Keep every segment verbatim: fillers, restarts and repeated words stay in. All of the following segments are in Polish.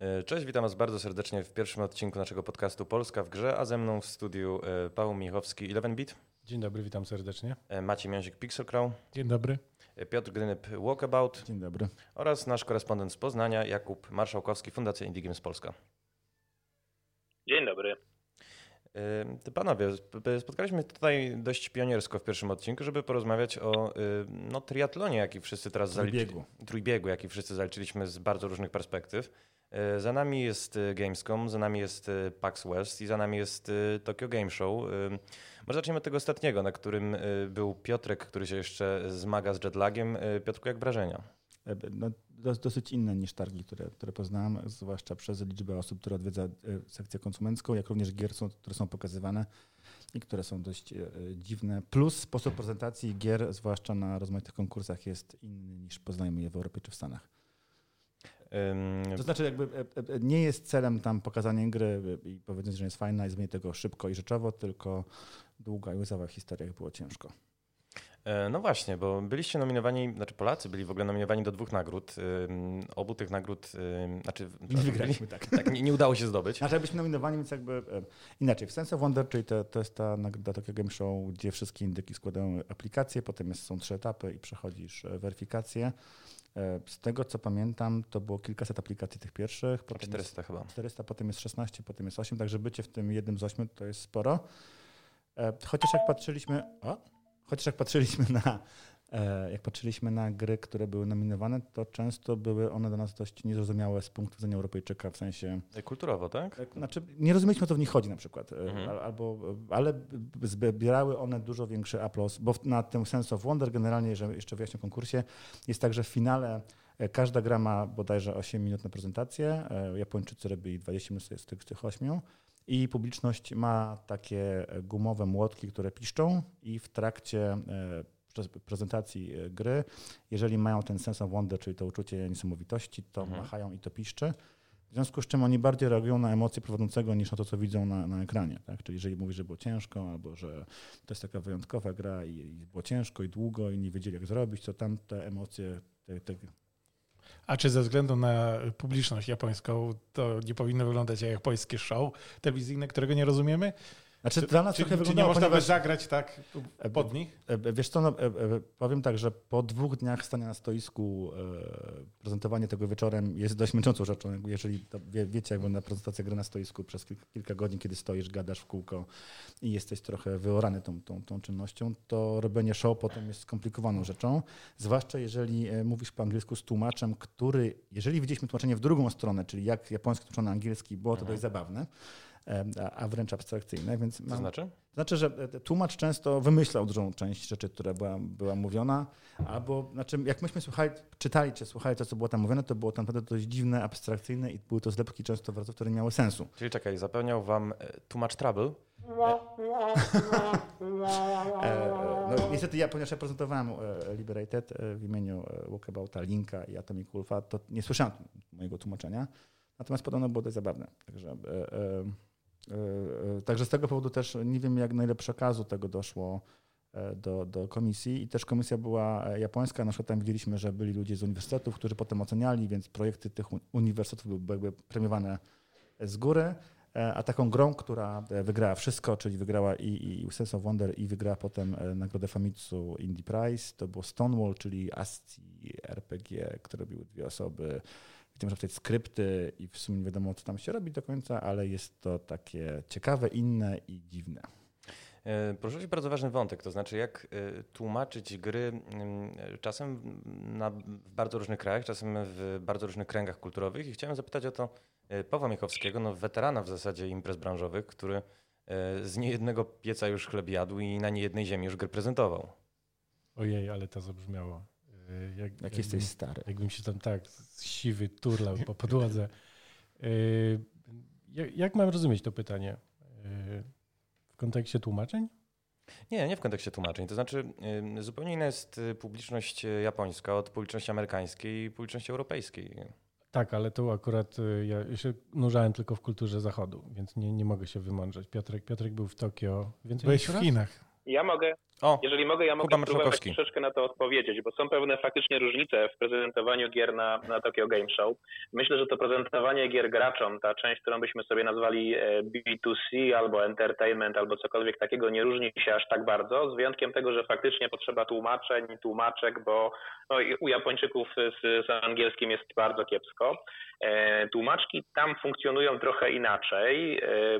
Cześć, witam Was bardzo serdecznie w pierwszym odcinku naszego podcastu Polska w grze, a ze mną w studiu Paweł Michowski, Eleven Bit. Dzień dobry, witam serdecznie. Maciej Miązik, Pixel Crow. Dzień dobry. Piotr Grynyp, Walkabout. Dzień dobry. Oraz nasz korespondent z Poznania, Jakub Marszałkowski, Fundacja Indie Games Polska. Dzień dobry. Panowie, spotkaliśmy tutaj dość pioniersko w pierwszym odcinku, żeby porozmawiać o no, triatlonie, jaki wszyscy teraz zaliczyliśmy. Trójbiegu, jaki wszyscy zaliczyliśmy z bardzo różnych perspektyw. Za nami jest Gamescom, za nami jest PAX West i za nami jest Tokyo Game Show. Może zaczniemy od tego ostatniego, na którym był Piotrek, który się jeszcze zmaga z jetlagiem. Piotrku, jak wrażenia? No, dosyć inne niż targi, które, które poznałem, zwłaszcza przez liczbę osób, które odwiedza sekcję konsumencką, jak również gier, są, które są pokazywane i które są dość dziwne. Plus sposób prezentacji gier, zwłaszcza na rozmaitych konkursach, jest inny niż poznajemy je w Europie czy w Stanach. Um, to znaczy jakby nie jest celem tam pokazanie gry i powiedzenie, że jest fajna i zrobienie tego szybko i rzeczowo, tylko długa i łzawa historia, jak było ciężko. No właśnie, bo byliście nominowani, znaczy Polacy byli w ogóle nominowani do dwóch nagród. Obu tych nagród, znaczy nie wygraliśmy, tak. tak nie, nie udało się zdobyć. Znaczy byliśmy nominowani, więc jakby inaczej. W Sense of Wonder, czyli to, to jest ta nagroda Tokyo Game Show, gdzie wszystkie indyki składają aplikacje, potem jest, są trzy etapy i przechodzisz weryfikację. Z tego co pamiętam, to było kilkaset aplikacji tych pierwszych. Potem czterysta chyba. czterysta, potem jest szesnaście, potem jest osiem, także bycie w tym jednym z ośmiu to jest sporo. Chociaż jak patrzyliśmy... O? Chociaż jak patrzyliśmy na, jak patrzyliśmy na gry, które były nominowane, to często były one dla nas dość niezrozumiałe z punktu widzenia Europejczyka, w sensie... Kulturowo, tak? Znaczy, nie rozumieliśmy, o co w nich chodzi na przykład, mhm. albo, ale zbierały one dużo większy aplauz, bo na tym Sense of Wonder generalnie, że jeszcze wyjaśnię o konkursie, jest tak, że w finale każda gra ma bodajże osiem minut na prezentację, Japończycy robili dwadzieścia minut z tych, z tych ośmiu. I publiczność ma takie gumowe młotki, które piszczą i w trakcie prezentacji gry, jeżeli mają ten sense of wonder, czyli to uczucie niesamowitości, to mhm. machają i to piszczy. W związku z czym oni bardziej reagują na emocje prowadzącego niż na to, co widzą na, na ekranie. Tak? Czyli jeżeli mówi, że było ciężko albo że to jest taka wyjątkowa gra i, i było ciężko i długo i nie wiedzieli, jak zrobić, to tam te emocje... Te, te A czy ze względu na publiczność japońską to nie powinno wyglądać jak japońskie show telewizyjne, którego nie rozumiemy? Znaczy, czy, dla nas czy, trochę czy nie można ponieważ... zagrać tak pod nich? Wiesz co, no, powiem tak, że po dwóch dniach stania na stoisku prezentowanie tego wieczorem jest dość męczącą rzeczą. Jeżeli to wie, wiecie, jak wygląda prezentacja gry na stoisku przez kilka, kilka godzin, kiedy stoisz, gadasz w kółko i jesteś trochę wyorany tą, tą, tą czynnością, to robienie show potem jest skomplikowaną rzeczą. Zwłaszcza jeżeli mówisz po angielsku z tłumaczem, który, jeżeli widzieliśmy tłumaczenie w drugą stronę, czyli jak japoński tłumaczony na angielski, było to mhm. dość zabawne. A wręcz abstrakcyjne. Więc mam, to znaczy? To znaczy, że tłumacz często wymyślał dużą część rzeczy, która była, była mówiona, albo znaczy jak myśmy słuchali, czytali czy słuchali to, co było tam mówione, to było tam naprawdę dość dziwne, abstrakcyjne i były to zlepki często bardzo, które nie miały sensu. Czyli czekaj, zapełniał wam tłumacz trouble? No, niestety ja, ponieważ ja prezentowałem Liberated w imieniu Walkabouta, Linka i Atomic Wolfa, to nie słyszałem mojego tłumaczenia, natomiast podobno było dość zabawne. Także... Także z tego powodu też nie wiem, jak na ile przekazu tego doszło do, do komisji i też komisja była japońska. Na przykład tam widzieliśmy, że byli ludzie z uniwersytetów, którzy potem oceniali, więc projekty tych uniwersytetów były jakby premiowane z góry. A taką grą, która wygrała wszystko, czyli wygrała i, i Sense of Wonder i wygrała potem nagrodę Famitsu Indie Prize, to było Stonewall, czyli ASCII R P G, które robiły dwie osoby. Gdzie można czytać skrypty i w sumie nie wiadomo, co tam się robi do końca, ale jest to takie ciekawe, inne i dziwne. Poruszyłeś bardzo ważny wątek, to znaczy jak tłumaczyć gry czasem na, w bardzo różnych krajach, czasem w bardzo różnych kręgach kulturowych i chciałem zapytać o to Pawła Michowskiego, no weterana w zasadzie imprez branżowych, który z niejednego pieca już chleb jadł i na niejednej ziemi już gry prezentował. Ojej, ale to zabrzmiało. Jak, jak jakbym, jesteś stary. Jakbym się tam tak siwy turlał po podłodze. Jak, jak mam rozumieć to pytanie? W kontekście tłumaczeń? Nie, nie w kontekście tłumaczeń. To znaczy zupełnie inna jest publiczność japońska od publiczności amerykańskiej i publiczności europejskiej. Tak, ale tu akurat ja się nurzałem tylko w kulturze zachodu, więc nie, nie mogę się wymądrzeć. Piotrek, Piotrek był w Tokio. Więcej Byłeś w Chinach. Ja mogę. O, Jeżeli mogę, ja mogę spróbować troszeczkę na to odpowiedzieć, bo są pewne faktycznie różnice w prezentowaniu gier na, na Tokyo Game Show. Myślę, że to prezentowanie gier graczom, ta część, którą byśmy sobie nazwali B dwa C albo entertainment albo cokolwiek takiego, nie różni się aż tak bardzo, z wyjątkiem tego, że faktycznie potrzeba tłumaczeń, tłumaczek, bo no, u Japończyków z, z angielskim jest bardzo kiepsko. E, tłumaczki tam funkcjonują trochę inaczej. E,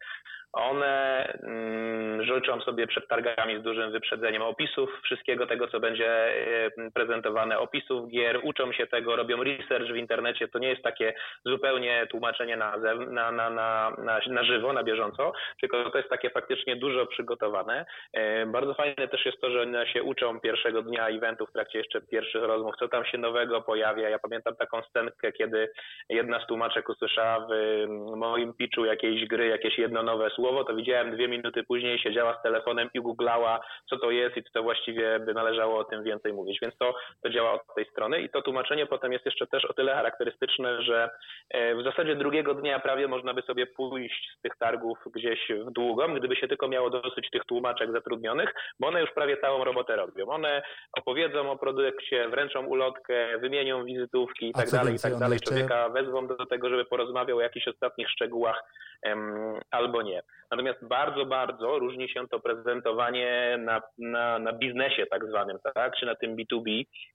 One mm, życzą sobie przed targami z dużym wyprzedzeniem opisów wszystkiego tego, co będzie prezentowane, opisów gier, uczą się tego, robią research w internecie. To nie jest takie zupełnie tłumaczenie na, na, na, na, na, na żywo, na bieżąco, tylko to jest takie faktycznie dużo przygotowane. Bardzo fajne też jest to, że one się uczą pierwszego dnia eventu w trakcie jeszcze pierwszych rozmów, co tam się nowego pojawia. Ja pamiętam taką scenkę, kiedy jedna z tłumaczek usłyszała w moim pitchu jakiejś gry, jakieś jedno nowe słowo, to widziałem dwie minuty później, siedziała z telefonem i googlała, co to jest i co właściwie by należało o tym więcej mówić. Więc to, to działa od tej strony i to tłumaczenie potem jest jeszcze też o tyle charakterystyczne, że w zasadzie drugiego dnia prawie można by sobie pójść z tych targów gdzieś w długą, gdyby się tylko miało dosyć tych tłumaczek zatrudnionych, bo one już prawie całą robotę robią. One opowiedzą o produkcie, wręczą ulotkę, wymienią wizytówki i tak dalej, i tak dalej. Człowieka wezwą do tego, żeby porozmawiał o jakichś ostatnich szczegółach um, albo nie. Natomiast bardzo, bardzo różni się to prezentowanie na, na, na biznesie tak zwanym, tak, czy na tym B dwa B.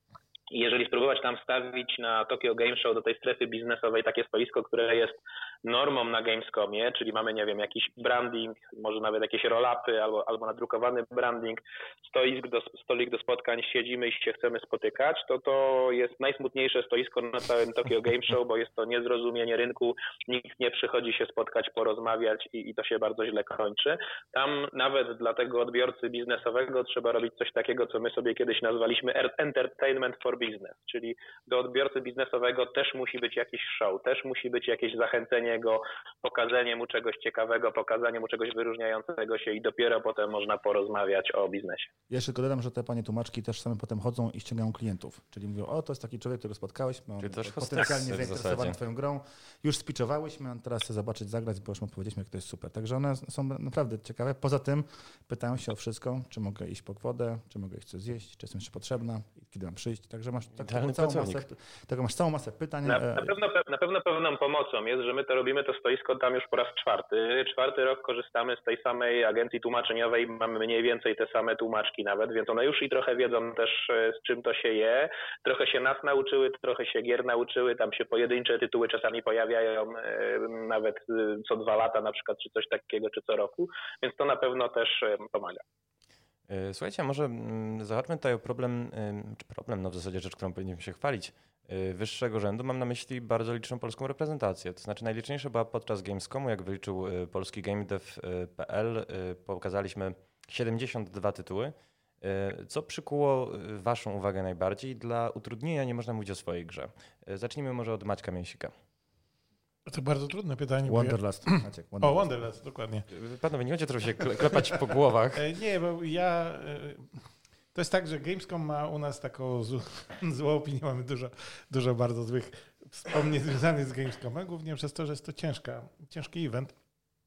I jeżeli spróbować tam wstawić na Tokyo Game Show do tej strefy biznesowej takie stoisko, które jest normą na Gamescomie, czyli mamy, nie wiem, jakiś branding, może nawet jakieś roll-upy albo, albo nadrukowany branding, stoisk do, stolik do spotkań, siedzimy i się chcemy spotykać, to to jest najsmutniejsze stoisko na całym Tokyo Game Show, bo jest to niezrozumienie rynku, nikt nie przychodzi się spotkać, porozmawiać i, i to się bardzo źle kończy. Tam nawet dla tego odbiorcy biznesowego trzeba robić coś takiego, co my sobie kiedyś nazwaliśmy entertainment for business, czyli do odbiorcy biznesowego też musi być jakiś show, też musi być jakieś zachęcenie go, pokazanie mu czegoś ciekawego, pokazanie mu czegoś wyróżniającego się i dopiero potem można porozmawiać o biznesie. Ja jeszcze dodam, że te panie tłumaczki też same potem chodzą i ściągają klientów, czyli mówią, o to jest taki człowiek, którego spotkałeś, on potencjalnie zainteresowany twoją grą, już spitchowałyśmy, on teraz chce zobaczyć, zagrać, bo już mu powiedzieliśmy, jak to jest super. Także one są naprawdę ciekawe. Poza tym pytają się o wszystko, czy mogę iść po wodę, czy mogę iść coś zjeść, czy jestem jeszcze potrzebna, kiedy mam przyjść. Także masz tak, taką, całą masę, taką masz całą masę pytań. Na, na, pewno, na pewno pewną pomocą jest, że my to robimy to stoisko tam już po raz czwarty. Czwarty rok korzystamy z tej samej agencji tłumaczeniowej, mamy mniej więcej te same tłumaczki nawet, więc one już i trochę wiedzą też, z czym to się je. Trochę się nas nauczyły, trochę się gier nauczyły, tam się pojedyncze tytuły czasami pojawiają nawet co dwa lata na przykład, czy coś takiego, czy co roku, więc to na pewno też pomaga. Słuchajcie, może zahaczmy tutaj o problem, czy problem, no w zasadzie rzecz, którą powinniśmy się chwalić, wyższego rzędu. Mam na myśli bardzo liczną polską reprezentację. To znaczy najliczniejsza była podczas Gamescomu, jak wyliczył polski gamedev kropka p l. Pokazaliśmy siedemdziesiąt dwa tytuły. Co przykuło waszą uwagę najbardziej? Dla utrudnienia nie można mówić o swojej grze. Zacznijmy może od Maćka Mięsika. To bardzo trudne pytanie. Wonderlust. Ja... Maciek, Wonderlust. O, Wonderlust, dokładnie. Panowie, nie chodzi o to, żeby się klepać po głowach. Nie, bo ja... To jest tak, że Gamescom ma u nas taką zł, złą opinię. Mamy dużo, dużo bardzo złych wspomnień związanych z Gamescomem, głównie przez to, że jest to ciężka, ciężki event.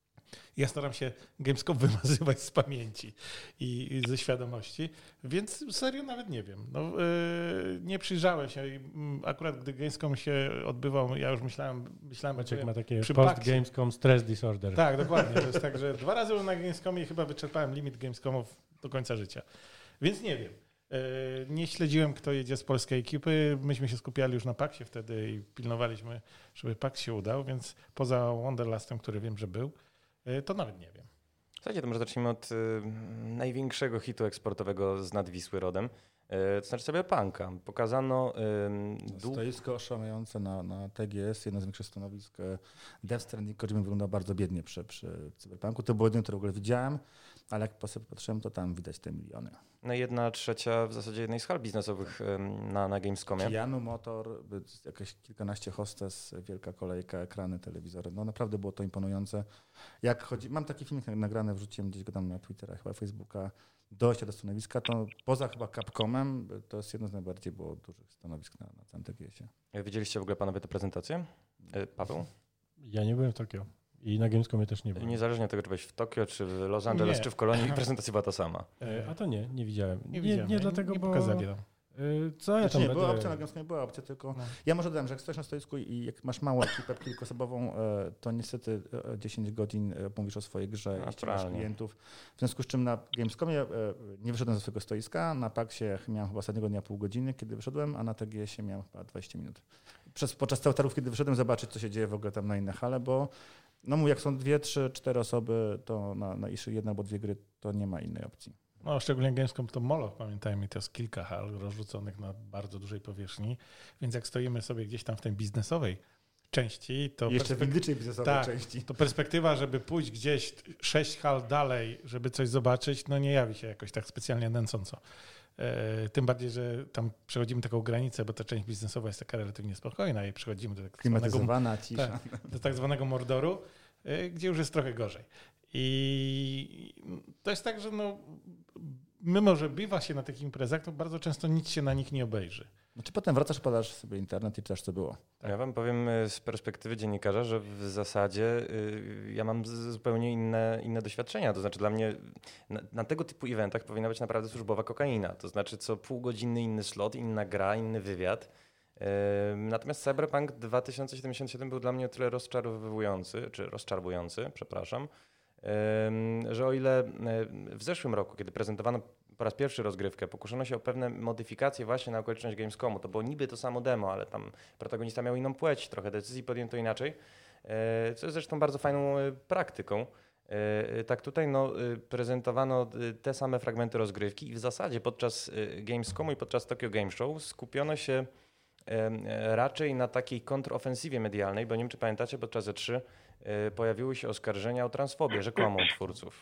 Ja staram się Gamescom wymazywać z pamięci i, i ze świadomości, więc serio nawet nie wiem. No, yy, nie przyjrzałem się. Akurat gdy Gamescom się odbywał, ja już myślałem... myślałem Maciek ma takie post-Gamescom stress disorder. Tak, dokładnie. To jest tak, że dwa razy byłem na Gamescomie i chyba wyczerpałem limit Gamescomów do końca życia. Więc nie wiem. Yy, nie śledziłem, kto jedzie z polskiej ekipy. Myśmy się skupiali już na Paxie wtedy i pilnowaliśmy, żeby Pax się udał, więc poza Wonderlustem, który wiem, że był, to nawet nie wiem. Słuchajcie, to może zacznijmy od y, największego hitu eksportowego z nad Wisły rodem. Y, to znaczy sobie Punka. Pokazano... Y, dług... Stoisko oszałamiające na, na T G S, jedno z większych stanowisk. Death Stranding Kojima wyglądał bardzo biednie przy, przy Cyberpunku. To było jedno, które w ogóle widziałem, ale jak po sobie patrzyłem, to tam widać te miliony. No i jedna trzecia w zasadzie jednej z hal biznesowych na, na Gamescomie. Keanu Motor, jakieś kilkanaście hostes, wielka kolejka, ekrany, telewizory. No naprawdę było to imponujące. Jak chodzi, mam taki filmik nagrany, wrzuciłem gdzieś go tam na Twittera, chyba Facebooka, dojście do stanowiska, to poza chyba Capcomem, to jest jedno z najbardziej było dużych stanowisk na, na całym T G S-ie. Widzieliście w ogóle panowie tę prezentację? Paweł? Ja nie byłem w Tokio. I na Gamescomie też nie byłem. Niezależnie od tego, czy byłeś w Tokio, czy w Los Angeles, nie. czy w Kolonii, prezentacja była ta sama. A to nie, nie widziałem. Nie, nie, nie dlatego, nie bo... pokazali nam. Co ja znaczy tam nie, będę... była opcja na Gamescomie, była opcja, tylko no. ja może dodam, że jak stoisz na stoisku i jak masz małą ekipę kilkuosobową, to niestety dziesięć godzin mówisz o swojej grze i ściągasz klientów. W związku z czym na Gamescomie nie wyszedłem ze swojego stoiska, na Paxie miałem chyba ostatniego dnia pół godziny, kiedy wyszedłem, a na T G S-ie miałem chyba dwadzieścia minut. Przez, podczas teatrów, kiedy wyszedłem, zobaczyć, co się dzieje w ogóle tam na inne hale, bo no mówię, jak są dwie, trzy, cztery osoby, to na, na iszy jedna albo dwie gry, to nie ma innej opcji. No, szczególnie Gamescom to Moloch, pamiętajmy, to jest kilka hal rozrzuconych na bardzo dużej powierzchni, więc jak stoimy sobie gdzieś tam w tej biznesowej części, to... Jeszcze w indycznej biznesowej tak, części. To perspektywa, żeby pójść gdzieś sześć hal dalej, żeby coś zobaczyć, no nie jawi się jakoś tak specjalnie nęcąco. E, tym bardziej, że tam przechodzimy taką granicę, bo ta część biznesowa jest taka relatywnie spokojna i przechodzimy do tak klimatyzowana, cisza. Tak, do tak zwanego Mordoru, e, gdzie już jest trochę gorzej. I to jest tak, że no, mimo, że bywa się na takich imprezach, to bardzo często nic się na nich nie obejrzy. Znaczy potem wracasz, padasz sobie internet i czytasz, co było. Ja wam powiem z perspektywy dziennikarza, że w zasadzie ja mam zupełnie inne, inne doświadczenia. To znaczy dla mnie na, na tego typu eventach powinna być naprawdę służbowa kokaina. To znaczy co pół godziny inny slot, inna gra, inny wywiad. Natomiast Cyberpunk dwa tysiące siedemdziesiąt siedem był dla mnie o tyle rozczarowujący, czy rozczarowujący, przepraszam, że o ile w zeszłym roku, kiedy prezentowano po raz pierwszy rozgrywkę, pokuszono się o pewne modyfikacje właśnie na okoliczność Gamescomu. To było niby to samo demo, ale tam protagonista miał inną płeć, trochę decyzji podjęto inaczej, co jest zresztą bardzo fajną praktyką. Tak tutaj no, prezentowano te same fragmenty rozgrywki i w zasadzie podczas Gamescomu i podczas Tokyo Game Show skupiono się raczej na takiej kontrofensywie medialnej, bo nie wiem, czy pamiętacie, podczas E trzy pojawiły się oskarżenia o transfobię rzekomą twórców.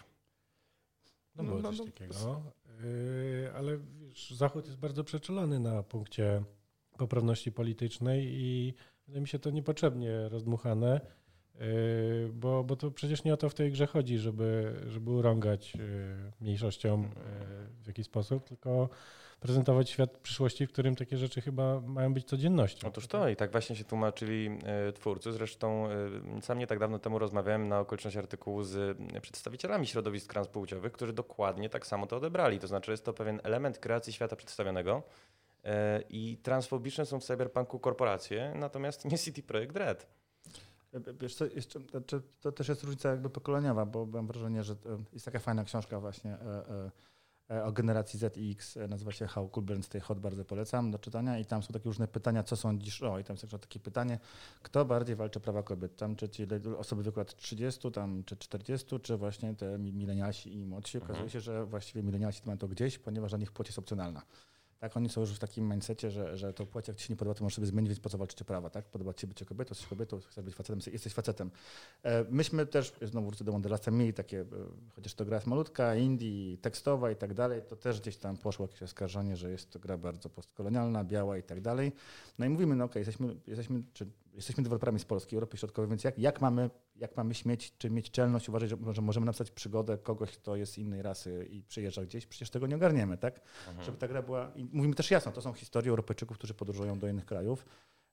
No było coś takiego, yy, ale wiesz, Zachód jest bardzo przeczulony na punkcie poprawności politycznej i wydaje mi się to niepotrzebnie rozdmuchane, yy, bo, bo to przecież nie o to w tej grze chodzi, żeby, żeby urągać yy, mniejszościom yy, w jakiś sposób, tylko prezentować świat przyszłości, w którym takie rzeczy chyba mają być codziennością. Otóż to i tak właśnie się tłumaczyli y, twórcy. Zresztą y, sam nie tak dawno temu rozmawiałem na okoliczność artykułu z y, przedstawicielami środowisk transpłciowych, którzy dokładnie tak samo to odebrali. To znaczy jest to pewien element kreacji świata przedstawionego y, i transfobiczne są w Cyberpunku korporacje, natomiast nie C D Projekt Red. Wiesz co, jeszcze, to też jest różnica jakby pokoleniowa, bo mam wrażenie, że jest taka fajna książka właśnie y, y, o generacji Z i X, nazywa się How Cool Burn Stay Hot, bardzo polecam do czytania i tam są takie różne pytania, co sądzisz, o i tam jest takie pytanie, kto bardziej walczy o prawa kobiet, tam czy ci osoby wieku lat trzydziestu, tam czy czterdziestu, czy właśnie te milenialsi i młodsi. Okazuje mhm. się, że właściwie milenialsi mają to gdzieś, ponieważ dla nich płeć jest opcjonalna. Tak, oni są już w takim mindsetie, że, że to płeć, jak ci się nie podoba, to możesz sobie zmienić, więc po co walczyć o prawa, tak? Podoba ci się bycie kobietą, jesteś kobietą, chcesz być facetem, jesteś facetem. Myśmy też, znowu wrócę do Wanderlasta, mieli takie, chociaż to gra jest malutka, indie, tekstowa i tak dalej, to też gdzieś tam poszło jakieś oskarżenie, że jest to gra bardzo postkolonialna, biała i tak dalej. No i mówimy, no okej, okay, jesteśmy, jesteśmy, czy jesteśmy deweloperami z Polski, Europy Środkowej, więc jak, jak, mamy, jak mamy śmieć, czy mieć czelność, uważać, że, że możemy napisać przygodę kogoś, kto jest innej rasy i przyjeżdża gdzieś? Przecież tego nie ogarniemy, tak? Mhm. Żeby ta gra była... I mówimy też jasno, to są historie Europejczyków, którzy podróżują do innych krajów.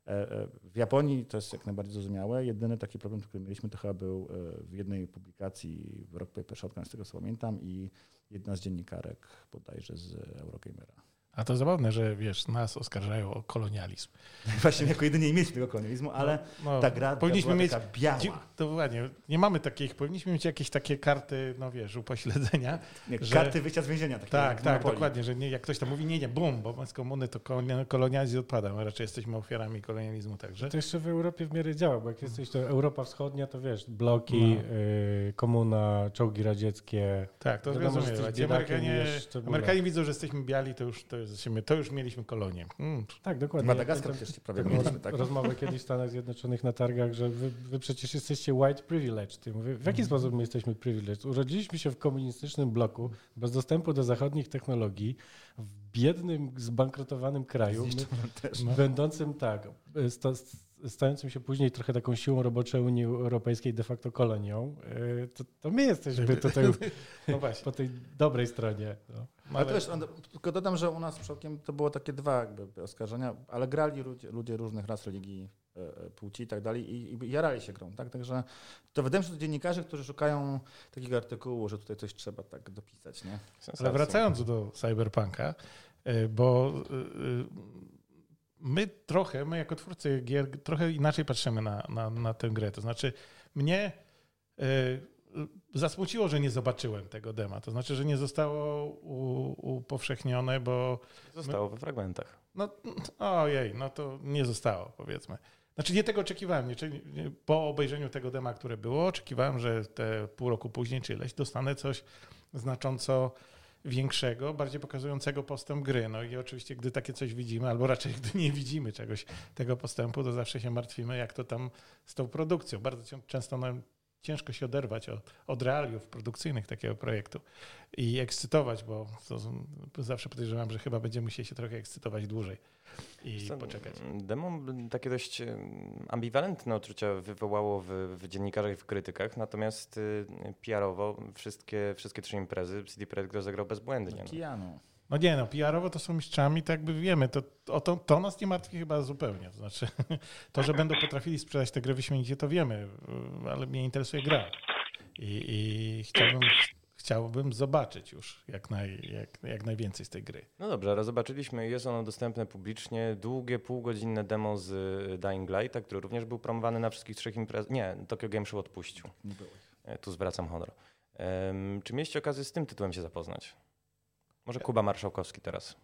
W Japonii to jest jak najbardziej zrozumiałe. Jedyny taki problem, który mieliśmy, to chyba był w jednej publikacji w Rock Paper Shotgun, z tego co pamiętam, i jedna z dziennikarek bodajże z Eurogamera. A to zabawne, że wiesz, nas oskarżają o kolonializm. Właśnie jako jedynie nie mieliśmy tego kolonializmu, ale no, no, ta gra powinniśmy była mieć, taka biała. To ładnie, nie mamy takich, powinniśmy mieć jakieś takie karty, no wiesz, upośledzenia. Nie, że, karty wyjścia z więzienia. Takie tak, tak, dokładnie, że nie, jak ktoś tam mówi, nie, nie, bum, bo z komuny to kolonializm odpada, my raczej jesteśmy ofiarami kolonializmu także. To jeszcze w Europie w miarę działa, bo jak jesteś to Europa Wschodnia, to wiesz, bloki, no. y, komuna, czołgi radzieckie. Tak, to rozumiem. Amerykanie, Amerykanie widzą, że jesteśmy biali, to już, to jest, to już mieliśmy kolonię. Mm. Tak, dokładnie. Madagaskar też prawie mieliśmy, tak? Rozmowę kiedyś w Stanach Zjednoczonych na targach, że wy, wy przecież jesteście white privileged. Mówię, w jaki mm. sposób my jesteśmy privileged? Urodziliśmy się w komunistycznym bloku, bez dostępu do zachodnich technologii, w biednym, zbankrutowanym kraju, my, też, no. będącym tak, sto, stającym się później trochę taką siłą roboczą Unii Europejskiej, de facto kolonią, to, to my jesteśmy tutaj no po tej dobrej stronie. No. Ale to wiesz, tylko dodam, że u nas przodkiem to było takie dwa jakby oskarżenia, ale grali ludzie, ludzie różnych ras, religii, płci i tak dalej i, i jarali się grą, tak? Także to wydaje mi się, że to dziennikarze, którzy szukają takiego artykułu, że tutaj coś trzeba tak dopisać, nie? Ale wracając do Cyberpunka, bo my trochę, my jako twórcy gier trochę inaczej patrzymy na, na, na tę grę. To znaczy mnie zasmuciło, że nie zobaczyłem tego dema. To znaczy, że nie zostało u, upowszechnione, bo... Zostało my, we fragmentach. No ojej, no to nie zostało, powiedzmy. Znaczy nie tego oczekiwałem. Nie, nie, po obejrzeniu tego dema, które było, oczekiwałem, że te pół roku później czy ileś dostanę coś znacząco większego, bardziej pokazującego postęp gry. No i oczywiście, gdy takie coś widzimy, albo raczej gdy nie widzimy czegoś, tego postępu, to zawsze się martwimy, jak to tam z tą produkcją. Bardzo często nam ciężko się oderwać od, od realiów produkcyjnych takiego projektu i ekscytować, bo to zawsze podejrzewam, że chyba będziemy musieli się trochę ekscytować dłużej i Co, poczekać. Demo takie dość ambiwalentne odczucia wywołało w, w dziennikarzach i w krytykach, natomiast P R-owo wszystkie, wszystkie trzy imprezy C D Projekt rozegrał bezbłędnie. No. No nie, no P R-owo to są mistrzami, tak jakby wiemy, to, o to, to nas nie martwi chyba zupełnie. To znaczy, to, że będą potrafili sprzedać tę grę wyśmienicie, to wiemy, ale mnie interesuje gra. I, i chciałbym, chciałbym zobaczyć już jak, naj, jak, jak najwięcej z tej gry. No dobrze, ale zobaczyliśmy, jest ono dostępne publicznie, długie, półgodzinne demo z Dying Lighta, który również był promowany na wszystkich trzech imprezach. Nie, Tokyo Game Show odpuścił. Nie byłeś. Tu zwracam honor. Um, czy mieliście okazję z tym tytułem się zapoznać? Może Kuba Marszałkowski teraz.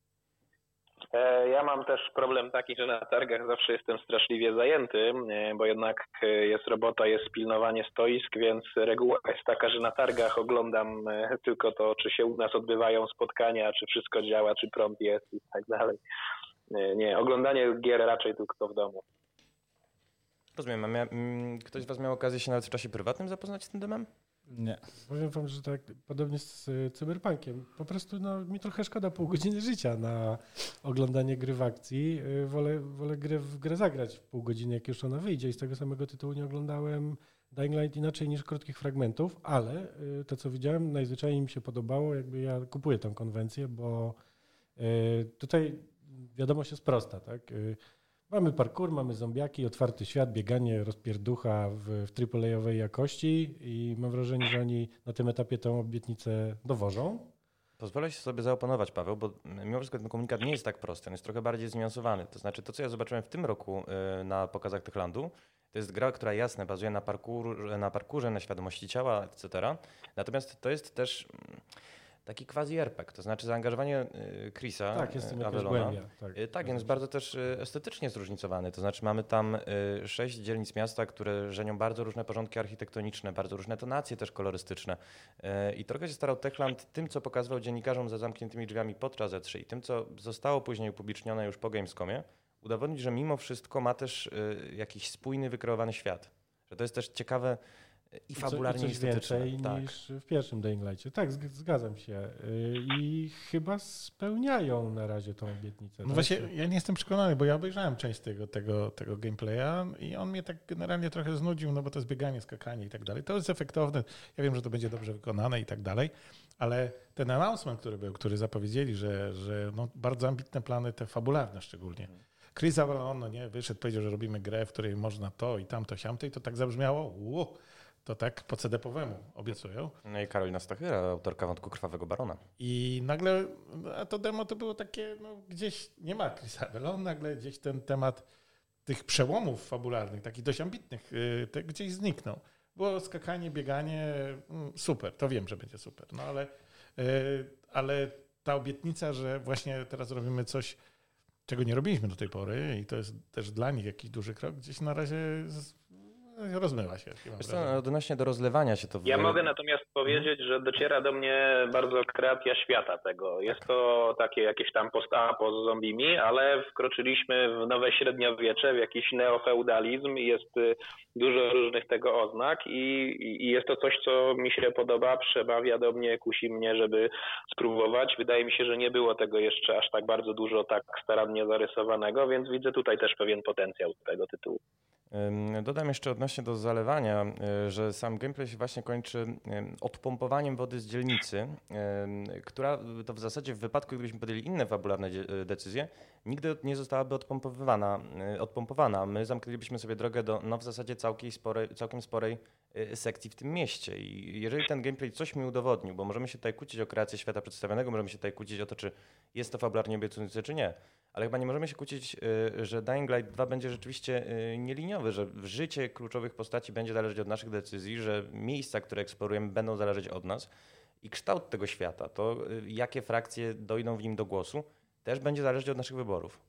Ja mam też problem taki, że na targach zawsze jestem straszliwie zajęty, bo jednak jest robota, jest pilnowanie stoisk, więc reguła jest taka, że na targach oglądam tylko to, czy się u nas odbywają spotkania, czy wszystko działa, czy prąd jest i tak dalej. Nie, oglądanie gier raczej tylko w domu. Rozumiem, a mia- ktoś z was miał okazję się nawet w czasie prywatnym zapoznać z tym demem? Nie. Powiem wam, że tak podobnie z Cyberpunkiem. Po prostu no, mi trochę szkoda pół godziny życia na oglądanie gry w akcji. Wolę, wolę grę w grę zagrać w pół godziny, jak już ona wyjdzie i z tego samego tytułu nie oglądałem Dying Light inaczej niż krótkich fragmentów, ale to, co widziałem, najzwyczajniej mi się podobało. Jakby ja kupuję tę konwencję, bo tutaj wiadomość jest prosta, tak? Mamy parkour, mamy zombiaki, otwarty świat, bieganie, rozpierducha w, w triple-A-owej jakości i mam wrażenie, że oni na tym etapie tę obietnicę dowożą. Pozwolę się sobie zaoponować, Paweł, bo mimo wszystko ten komunikat nie jest tak prosty, on jest trochę bardziej zniuansowany. To znaczy to, co ja zobaczyłem w tym roku na pokazach Techlandu, to jest gra, która jasne bazuje na, parkour, na parkurze, na świadomości ciała, et cetera. Natomiast to jest też taki quasi R P G, to znaczy zaangażowanie Chrisa, tak, jest tym Avelona. Tak, tak więc bardzo też estetycznie zróżnicowany. To znaczy mamy tam sześć dzielnic miasta, które żenią bardzo różne porządki architektoniczne, bardzo różne tonacje też kolorystyczne. I trochę się starał Techland tym, co pokazywał dziennikarzom za zamkniętymi drzwiami podczas E trzy i tym, co zostało później upublicznione już po Gamescomie, udowodnić, że mimo wszystko ma też jakiś spójny, wykreowany świat. Że to jest też ciekawe i fabularnie I coś więcej tak. niż w pierwszym Dying Light'cie. Tak, zgadzam się. I chyba spełniają na razie tą obietnicę. No tak? właśnie, ja nie jestem przekonany, bo ja obejrzałem część tego, tego, tego gameplaya i on mnie tak generalnie trochę znudził, no bo to jest bieganie, skakanie i tak dalej. To jest efektowne. Ja wiem, że to będzie dobrze wykonane i tak dalej, ale ten announcement, który był, który zapowiedzieli, że, że no bardzo ambitne plany, te fabularne szczególnie. Chris Avalon, no nie, wyszedł, powiedział, że robimy grę, w której można to i tamto, siamto i to tak zabrzmiało, wow, to tak po C D P-owemu obiecują. No i Karolina Stachyra, autorka Wątku Krwawego Barona. I nagle, a to demo to było takie, no gdzieś nie ma Chrisa Avalon, nagle gdzieś ten temat tych przełomów fabularnych, takich dość ambitnych, te gdzieś zniknął. Było skakanie, bieganie, super, to wiem, że będzie super, no ale, ale ta obietnica, że właśnie teraz robimy coś, czego nie robiliśmy do tej pory i to jest też dla nich jakiś duży krok, gdzieś na razie rozmywa się. Co, odnośnie do rozlewania się to... W... Ja mogę natomiast powiedzieć, że dociera do mnie bardzo kreacja świata tego. Jest to takie jakieś tam post-apo z zombimi, ale wkroczyliśmy w nowe średniowiecze, w jakiś neofeudalizm i jest dużo różnych tego oznak i, i jest to coś, co mi się podoba, przemawia do mnie, kusi mnie, żeby spróbować. Wydaje mi się, że nie było tego jeszcze aż tak bardzo dużo, tak starannie zarysowanego, więc widzę tutaj też pewien potencjał tego tytułu. Dodam jeszcze odnośnie do zalewania, że sam gameplay się właśnie kończy odpompowaniem wody z dzielnicy, która to w zasadzie w wypadku, gdybyśmy podjęli inne fabularne decyzje, nigdy nie zostałaby odpompowywana, odpompowana. My zamknęlibyśmy sobie drogę do no w zasadzie całkiem sporej, całkiem sporej sekcji w tym mieście. I jeżeli ten gameplay coś mi udowodnił, bo możemy się tutaj kłócić o kreację świata przedstawionego, możemy się tutaj kłócić o to, czy jest to fabularnie obiecujące, czy nie. Ale chyba nie możemy się kłócić, że Dying Light dwa będzie rzeczywiście nieliniowy, że życie kluczowych postaci będzie zależeć od naszych decyzji, że miejsca, które eksplorujemy, będą zależeć od nas i kształt tego świata, to jakie frakcje dojdą w nim do głosu, też będzie zależeć od naszych wyborów.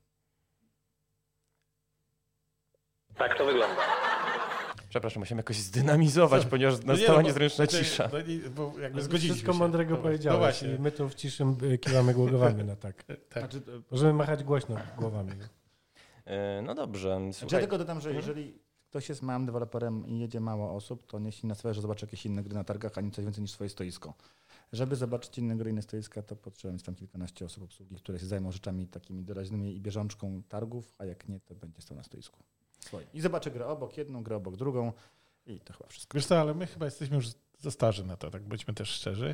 Tak to wygląda. Przepraszam, musimy jakoś zdynamizować, Co? ponieważ nastała no niezręczna no, cisza. No, nie, bo jakby zgodziliśmy Wszystko się. mądrego no, powiedziałeś no i my tu w ciszym kiwamy głowami na tak. tak. Znaczy, możemy machać głośno głowami. No dobrze. Słuchaj. Ja tylko dodam, że jeżeli ktoś jest małym deweloperem i jedzie mało osób, to niech się nastawi, że zobaczy jakieś inne gry na targach, a nie coś więcej niż swoje stoisko. Żeby zobaczyć inne gry, inne stoiska, to potrzeba mieć tam kilkanaście osób obsługi, które się zajmą rzeczami takimi doraźnymi i bieżączką targów, a jak nie, to będzie stał na stoisku. Swoje. I zobaczy grę obok jedną, grę obok drugą i to chyba wszystko. Wiesz co, ale my chyba jesteśmy już za starzy na to, tak bądźmy też szczerzy,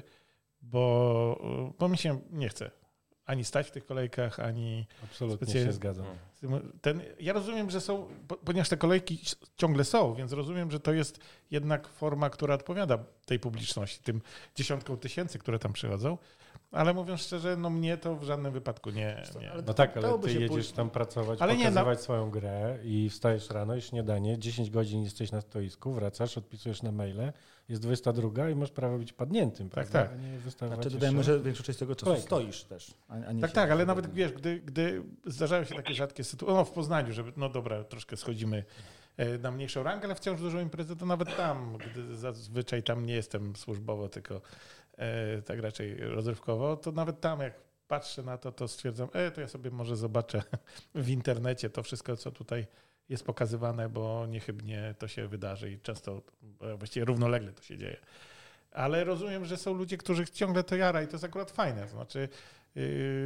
bo, bo mi się nie chce ani stać w tych kolejkach, ani... Absolutnie specjalnie... się zgadzam. Ten, ja rozumiem, że są, ponieważ te kolejki ciągle są, więc rozumiem, że to jest jednak forma, która odpowiada tej publiczności, tym dziesiątkom tysięcy, które tam przychodzą, ale mówiąc szczerze, no mnie to w żadnym wypadku nie... nie. No tak, ale ty jedziesz pójść... tam pracować, ale pokazywać nie, no... swoją grę i wstajesz rano i śniadanie, dziesięć godzin jesteś na stoisku, wracasz, odpisujesz na maile, jest dwudziesta druga i masz prawo być padniętym, tak, prawda? Tak, a nie wystawać znaczy dodajmy, że większą część tego czasu Kolejka. stoisz też. A, a nie tak, tak, ale nawet wiesz, gdy, gdy zdarzają się takie rzadkie sytuacje, no w Poznaniu, żeby, no dobra, troszkę schodzimy na mniejszą rangę, ale wciąż dużą imprezę, to nawet tam, gdy zazwyczaj tam nie jestem służbowo, tylko e, tak raczej rozrywkowo, to nawet tam jak patrzę na to, to stwierdzam, e, to ja sobie może zobaczę w internecie to wszystko, co tutaj jest pokazywane, bo niechybnie to się wydarzy i często właściwie równolegle to się dzieje. Ale rozumiem, że są ludzie, których ciągle to jara i to jest akurat fajne. To znaczy, yy,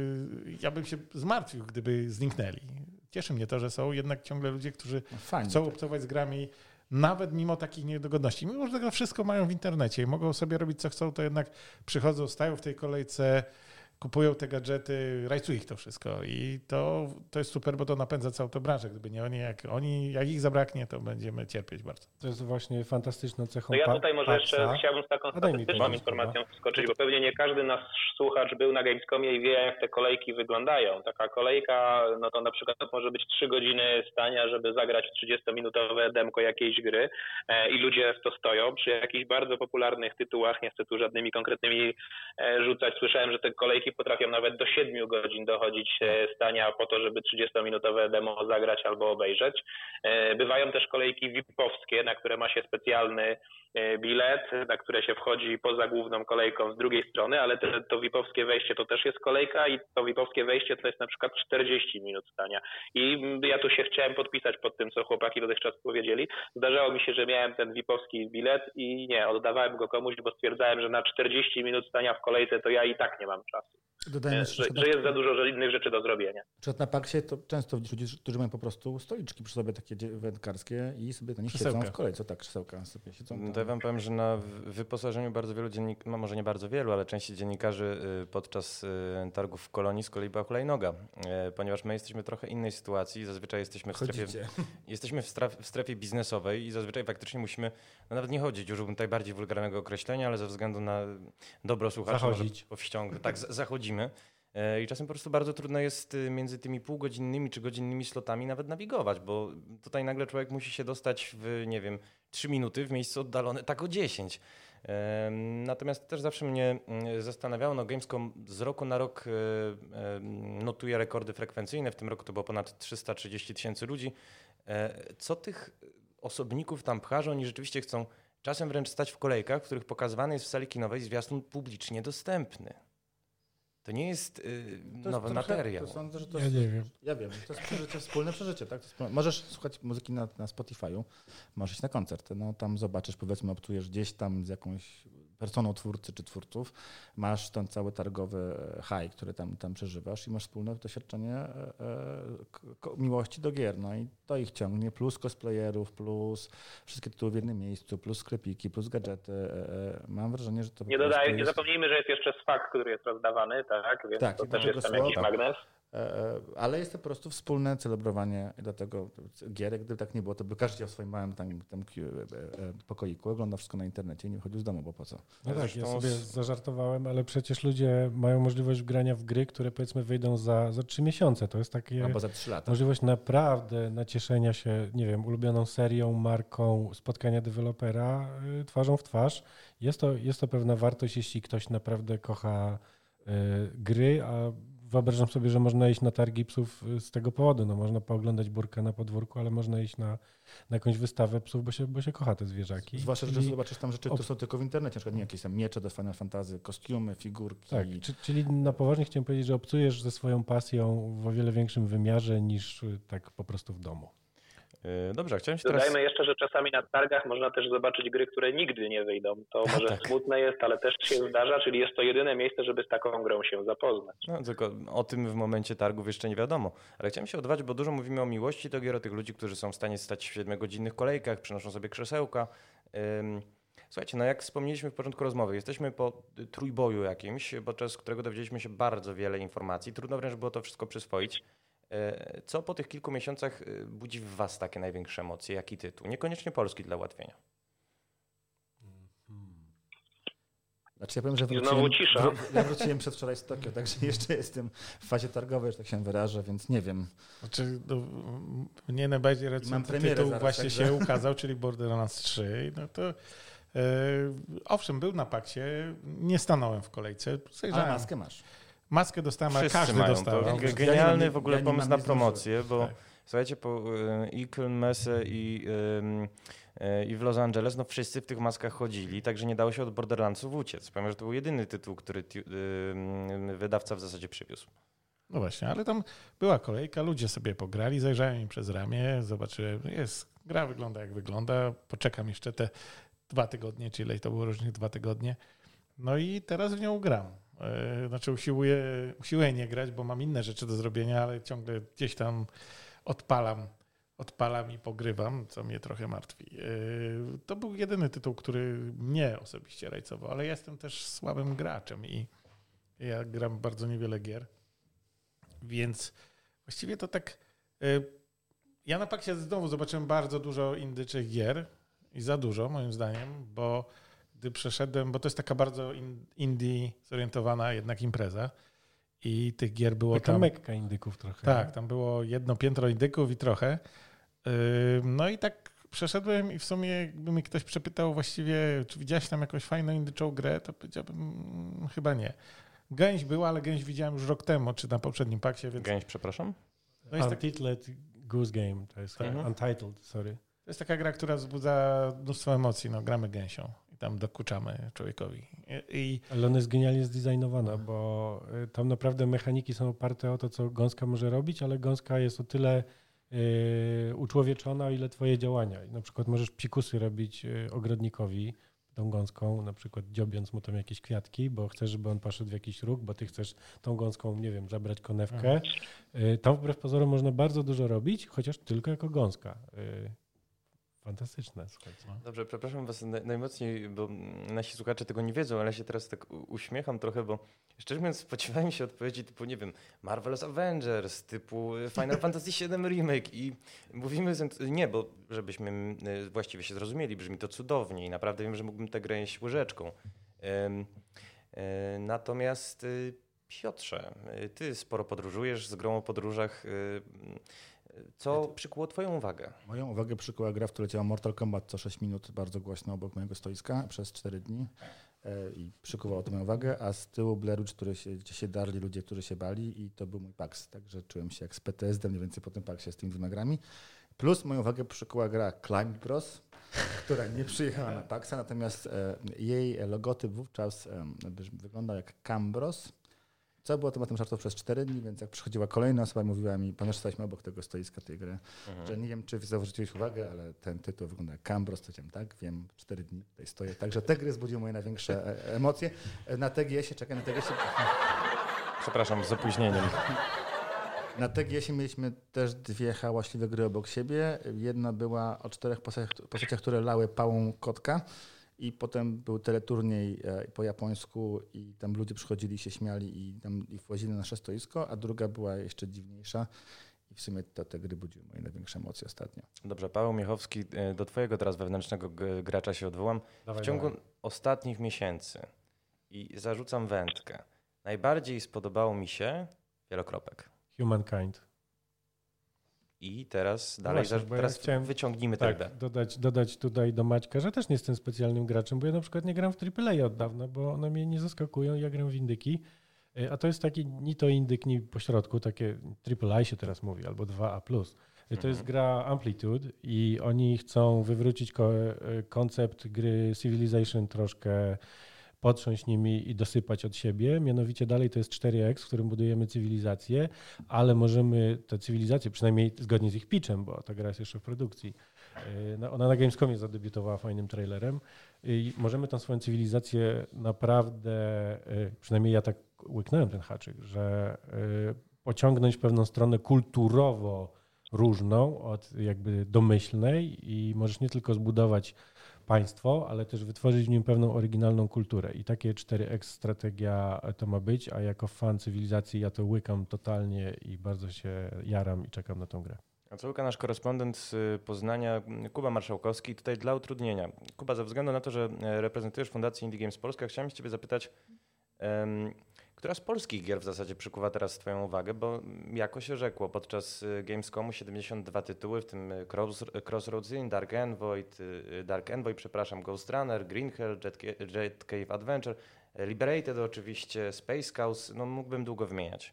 ja bym się zmartwił, gdyby zniknęli. Cieszy mnie to, że są jednak ciągle ludzie, którzy no fajnie, chcą tak. obcować z grami, nawet mimo takich niedogodności. Mimo, że tego wszystko mają w internecie i mogą sobie robić co chcą, to jednak przychodzą, stają w tej kolejce, kupują te gadżety, rajcuje ich to wszystko i to, to jest super, bo to napędza całą tę branżę. Gdyby nie oni, jak oni, jak ich zabraknie, to będziemy cierpieć bardzo. To jest właśnie fantastyczną cechą. No ja tutaj może jeszcze chciałbym z taką statystyczną informacją wskoczyć, bo pewnie nie każdy nasz słuchacz był na Gamescomie i wie, jak te kolejki wyglądają. Taka kolejka, no to na przykład może być trzy godziny stania, żeby zagrać trzydziestominutowe demko jakiejś gry i ludzie w to stoją. Przy jakichś bardzo popularnych tytułach, nie chcę tu żadnymi konkretnymi rzucać, słyszałem, że te kolejki potrafią nawet do siedmiu godzin dochodzić stania po to, żeby trzydziestominutowe demo zagrać albo obejrzeć. Bywają też kolejki V I P-owskie, na które ma się specjalny bilet, na które się wchodzi poza główną kolejką z drugiej strony, ale to, to V I P-owskie wejście to też jest kolejka i to V I P-owskie wejście to jest na przykład czterdzieści minut stania. I ja tu się chciałem podpisać pod tym, co chłopaki dotychczas powiedzieli. Zdarzało mi się, że miałem ten V I P-owski bilet i nie, oddawałem go komuś, bo stwierdzałem, że na czterdzieści minut stania w kolejce to ja i tak nie mam czasu. Dodajmy, że, że jest za dużo innych rzeczy do zrobienia. Na Parksie to często widzisz ludzi, którzy mają po prostu stoliczki przy sobie takie wędkarskie i sobie na nich siedzą w kolejce. Tak, krzesełka sobie siedzą. No to ja wam powiem, że na wyposażeniu bardzo wielu dziennikarzy, no może nie bardzo wielu, ale części dziennikarzy podczas targów w Kolonii z kolei była hulajnoga, ponieważ my jesteśmy w trochę innej sytuacji. Zazwyczaj jesteśmy w strefie, jesteśmy w strefie, w strefie biznesowej i zazwyczaj faktycznie musimy, no nawet nie chodzić, użyłbym tutaj bardziej wulgarnego określenia, ale ze względu na dobro słuchaczy, zachodzić. Powściąg, tak, zachodzimy. I czasem po prostu bardzo trudno jest między tymi półgodzinnymi czy godzinnymi slotami nawet nawigować, bo tutaj nagle człowiek musi się dostać w, nie wiem, trzy minuty w miejsce oddalone tak o dziesięć. Natomiast też zawsze mnie zastanawiało, no Gamescom z roku na rok notuje rekordy frekwencyjne, w tym roku to było ponad trzysta trzydzieści tysięcy ludzi. Co tych osobników tam pcha, że oni rzeczywiście chcą czasem wręcz stać w kolejkach, w których pokazywany jest w sali kinowej zwiastun publicznie dostępny. To nie jest yy, nowy materiał. To sądzę, że to ja jest, nie wiem. Ja wiem, to jest przeżycie, wspólne przeżycie. Tak? To wspólne. Możesz słuchać muzyki na, na Spotify'u, możesz iść na koncert. No, tam zobaczysz, powiedzmy, obcujesz gdzieś tam z jakąś personą twórcy czy twórców, masz ten cały targowy high, który tam, tam przeżywasz i masz wspólne doświadczenie e, e, miłości do gier. No i to ich ciągnie, plus cosplayerów, plus wszystkie tytuły w jednym miejscu, plus sklepiki, plus gadżety. E, mam wrażenie, że to Nie dodaj, jest... nie zapomnijmy, że jest jeszcze SWAG, który jest rozdawany, tak? Więc tak, to też jest tam jakiś magnes. Ale jest to po prostu wspólne celebrowanie i dlatego gier, gdyby tak nie było, to by każdy chciał w swoim małym tam, tam pokoiku, ogląda wszystko na internecie i nie wychodził z domu, bo po co? No tak, ja sobie zażartowałem, ale przecież ludzie mają możliwość grania w gry, które powiedzmy wyjdą za, za trzy miesiące. To jest takie albo za trzy lata. Możliwość naprawdę nacieszenia się, nie wiem, ulubioną serią, marką, spotkania dewelopera y, twarzą w twarz. Jest to, jest to pewna wartość, jeśli ktoś naprawdę kocha y, gry, a wyobrażam sobie, że można iść na targi psów z tego powodu. No, można pooglądać burkę na podwórku, ale można iść na, na jakąś wystawę psów, bo się, bo się kocha te zwierzaki. Zwłaszcza, że I... zobaczysz tam rzeczy, które są tylko w internecie, na przykład nie jakieś tam miecze do Final Fantasy, kostiumy, figurki. Tak, czyli na poważnie chciałem powiedzieć, że obcujesz ze swoją pasją w o wiele większym wymiarze niż tak po prostu w domu. Dobrze, chciałem się Dodajmy teraz... jeszcze, że czasami na targach można też zobaczyć gry, które nigdy nie wyjdą. To może tak. Smutne jest, ale też się zdarza, czyli jest to jedyne miejsce, żeby z taką grą się zapoznać. No, tylko o tym w momencie targów jeszcze nie wiadomo. Ale chciałem się odwołać, bo dużo mówimy o miłości do gier, o tych ludzi, którzy są w stanie stać w siedmiogodzinnych kolejkach, przynoszą sobie krzesełka. Słuchajcie, no jak wspomnieliśmy w początku rozmowy, jesteśmy po trójboju jakimś, podczas którego dowiedzieliśmy się bardzo wiele informacji. Trudno wręcz było to wszystko przyswoić. Co po tych kilku miesiącach budzi w was takie największe emocje? Jaki tytuł? Niekoniecznie polski dla ułatwienia. Znaczy ja powiem, że wróciłem, cisza. Ja wróciłem przedwczoraj z Tokio, także jeszcze jestem w fazie targowej, że tak się wyrażę, więc nie wiem. Znaczy, no, mnie najbardziej recenzowany tytuł zaraz, właśnie także. się ukazał, czyli Borderlands trzy. No to e, owszem, był na paksie, nie stanąłem w kolejce. A maskę masz. Maskę dostałem, ale każdy mają dostał. To. Genialny ja w ogóle ja pomysł na promocję, bo tak. Słuchajcie, po Eagle Messe i, i w Los Angeles, no wszyscy w tych maskach chodzili, także nie dało się od Borderlandsów uciec. Powiem, że to był jedyny tytuł, który wydawca w zasadzie przywiózł. No właśnie, ale tam była kolejka, ludzie sobie pograli, zajrzałem im przez ramię, zobaczyłem, jest, gra wygląda jak wygląda, poczekam jeszcze te dwa tygodnie, czyli ile to było różnych dwa tygodnie, no i teraz w nią gram. Znaczy usiłuję, usiłuję nie grać, bo mam inne rzeczy do zrobienia, ale ciągle gdzieś tam odpalam, odpalam i pogrywam, co mnie trochę martwi. To był jedyny tytuł, który mnie osobiście rajcował, ale ja jestem też słabym graczem i ja gram bardzo niewiele gier, więc właściwie to tak... Ja na pakcie znowu zobaczyłem bardzo dużo indyczych gier i za dużo moim zdaniem, bo gdy przeszedłem, bo to jest taka bardzo indie zorientowana jednak impreza i tych gier było taka tam... Mekka indyków trochę. Tak, nie? Tam było jedno piętro indyków i trochę. No i tak przeszedłem i w sumie jakby mi ktoś przepytał właściwie, czy widziałeś tam jakąś fajną indyczą grę, to powiedziałbym chyba nie. Gęś była, ale Gęś widziałem już rok temu, czy na poprzednim pakcie. Więc... Gęś, przepraszam? No jest Untitled tak... Goose Game, to jest tak. Untitled, sorry. To jest taka gra, która wzbudza mnóstwo emocji. No, gramy gęsią i tam dokuczamy człowiekowi. I... Ale ona jest genialnie zdesignowana, bo tam naprawdę mechaniki są oparte o to, co gąska może robić, ale gąska jest o tyle yy, uczłowieczona, o ile twoje działania. I na przykład możesz psikusy robić ogrodnikowi tą gąską, na przykład dziobiąc mu tam jakieś kwiatki, bo chcesz, żeby on poszedł w jakiś róg, bo ty chcesz tą gąską, nie wiem, zabrać konewkę. Yy, tam wbrew pozorom można bardzo dużo robić, chociaż tylko jako gąska. Yy. Fantastyczne, słuchajcie. Dobrze, przepraszam was najmocniej, bo nasi słuchacze tego nie wiedzą, ale ja się teraz tak uśmiecham trochę, bo szczerze mówiąc spodziewałem się odpowiedzi typu, nie wiem, Marvel's Avengers, typu Final Fantasy siedem Remake i mówimy, nie, bo żebyśmy właściwie się zrozumieli, brzmi to cudownie i naprawdę wiem, że mógłbym tę grę jeść łyżeczką. Natomiast Piotrze, ty sporo podróżujesz, z grą o podróżach. Co przykuło twoją uwagę? Moją uwagę przykuła gra, w której leciała Mortal Kombat co sześć minut bardzo głośno obok mojego stoiska przez cztery dni i przykuwało to moją uwagę, a z tyłu Blair Witch, który się, gdzie się darli ludzie, którzy się bali i to był mój PAX, także czułem się jak z P T S D mniej więcej po tym PAXie z tymi dwoma grami. Plus moją uwagę przykuła gra Climb Bros, która nie przyjechała na PAXa, natomiast e, jej logotyp wówczas e, wyglądał jak Cambros, co było tematem żartów przez cztery dni, więc jak przychodziła kolejna osoba i mówiła mi, ponieważ staliśmy obok tego stoiska tej gry, mhm. że nie wiem, czy zauważyłeś uwagę, ale ten tytuł wygląda jak Cambros, to wiem, tak, wiem, cztery dni tutaj stoję. Także te gry zbudziły moje największe e, emocje. Na T G S-ie, czekaj, na T G S-ie... Przepraszam, z opóźnieniem. Na T G S-ie mieliśmy też dwie hałaśliwe gry obok siebie. Jedna była o czterech postaciach, postaciach które lały pałą kotka i potem był teleturniej po japońsku i tam ludzie przychodzili, się śmiali i tam i włazili na nasze stoisko, a druga była jeszcze dziwniejsza i w sumie to, te gry budziły moje największe emocje ostatnio. Dobrze, Paweł Miechowski, do twojego teraz wewnętrznego gracza się odwołam. Dawaj, w ciągu dawaj. ostatnich miesięcy i zarzucam wędkę. Najbardziej spodobało mi się wielokropek. Humankind. I teraz dalej Właśnie, za, teraz ja chciałem, wyciągnijmy tak, tę dodać, dodać tutaj do Maćka, że też nie jestem specjalnym graczem, bo ja na przykład nie gram w triple A od dawna, bo one mnie nie zaskakują, ja gram w indyki, a to jest taki ni to indyk, ni pośrodku, takie triple A się teraz mówi, albo dwa A plus. To mhm. jest gra Amplitude i oni chcą wywrócić ko koncept gry Civilization troszkę, potrząść nimi i dosypać od siebie. Mianowicie dalej to jest cztery X, w którym budujemy cywilizację, ale możemy tę cywilizację, przynajmniej zgodnie z ich pitchem, bo ta gra jest jeszcze w produkcji, ona na Gamescomie zadebiutowała fajnym trailerem i możemy tą swoją cywilizację naprawdę, przynajmniej ja tak łyknąłem ten haczyk, że pociągnąć w pewną stronę kulturowo różną od jakby domyślnej i możesz nie tylko zbudować państwo, ale też wytworzyć w nim pewną oryginalną kulturę. I takie cztery X strategia to ma być, a jako fan cywilizacji ja to łykam totalnie i bardzo się jaram i czekam na tą grę. A co łyka nasz korespondent z Poznania, Kuba Marszałkowski, tutaj dla utrudnienia. Kuba, ze względu na to, że reprezentujesz Fundację Indie Games Polska, chciałem ciebie zapytać, um, która z polskich gier w zasadzie przykuwa teraz twoją uwagę, bo jako się rzekło, podczas Gamescomu siedemdziesiąt dwa tytuły, w tym Cross, Crossroads Inn, Dark Envoy, Dark Envoy, przepraszam, Ghost Runner, Green Hell, Jet, Jet Cave Adventure, Liberated oczywiście, Space Cows, no mógłbym długo wymieniać.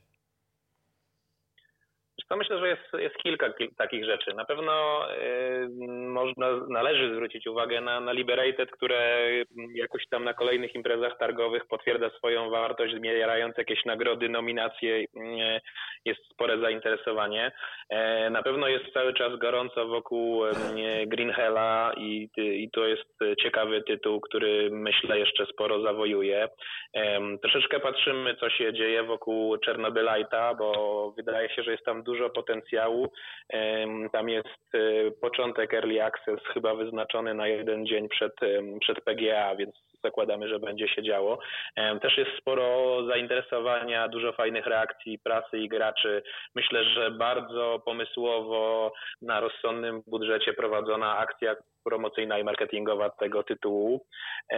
To myślę, że jest, jest kilka takich rzeczy. Na pewno y, można, należy zwrócić uwagę na, na Liberated, które jakoś tam na kolejnych imprezach targowych potwierdza swoją wartość, zbierając jakieś nagrody, nominacje, y, jest spore zainteresowanie. Y, na pewno jest cały czas gorąco wokół y, Green Hella i, i to jest ciekawy tytuł, który myślę jeszcze sporo zawojuje. Y, troszeczkę patrzymy, co się dzieje wokół Chernobylite'a, bo wydaje się, że jest tam dużo potencjału. Tam jest początek Early Access chyba wyznaczony na jeden dzień przed, przed P G A, więc zakładamy, że będzie się działo. Też jest sporo zainteresowania, dużo fajnych reakcji prasy i graczy. Myślę, że bardzo pomysłowo na rozsądnym budżecie prowadzona akcja promocyjna i marketingowa tego tytułu.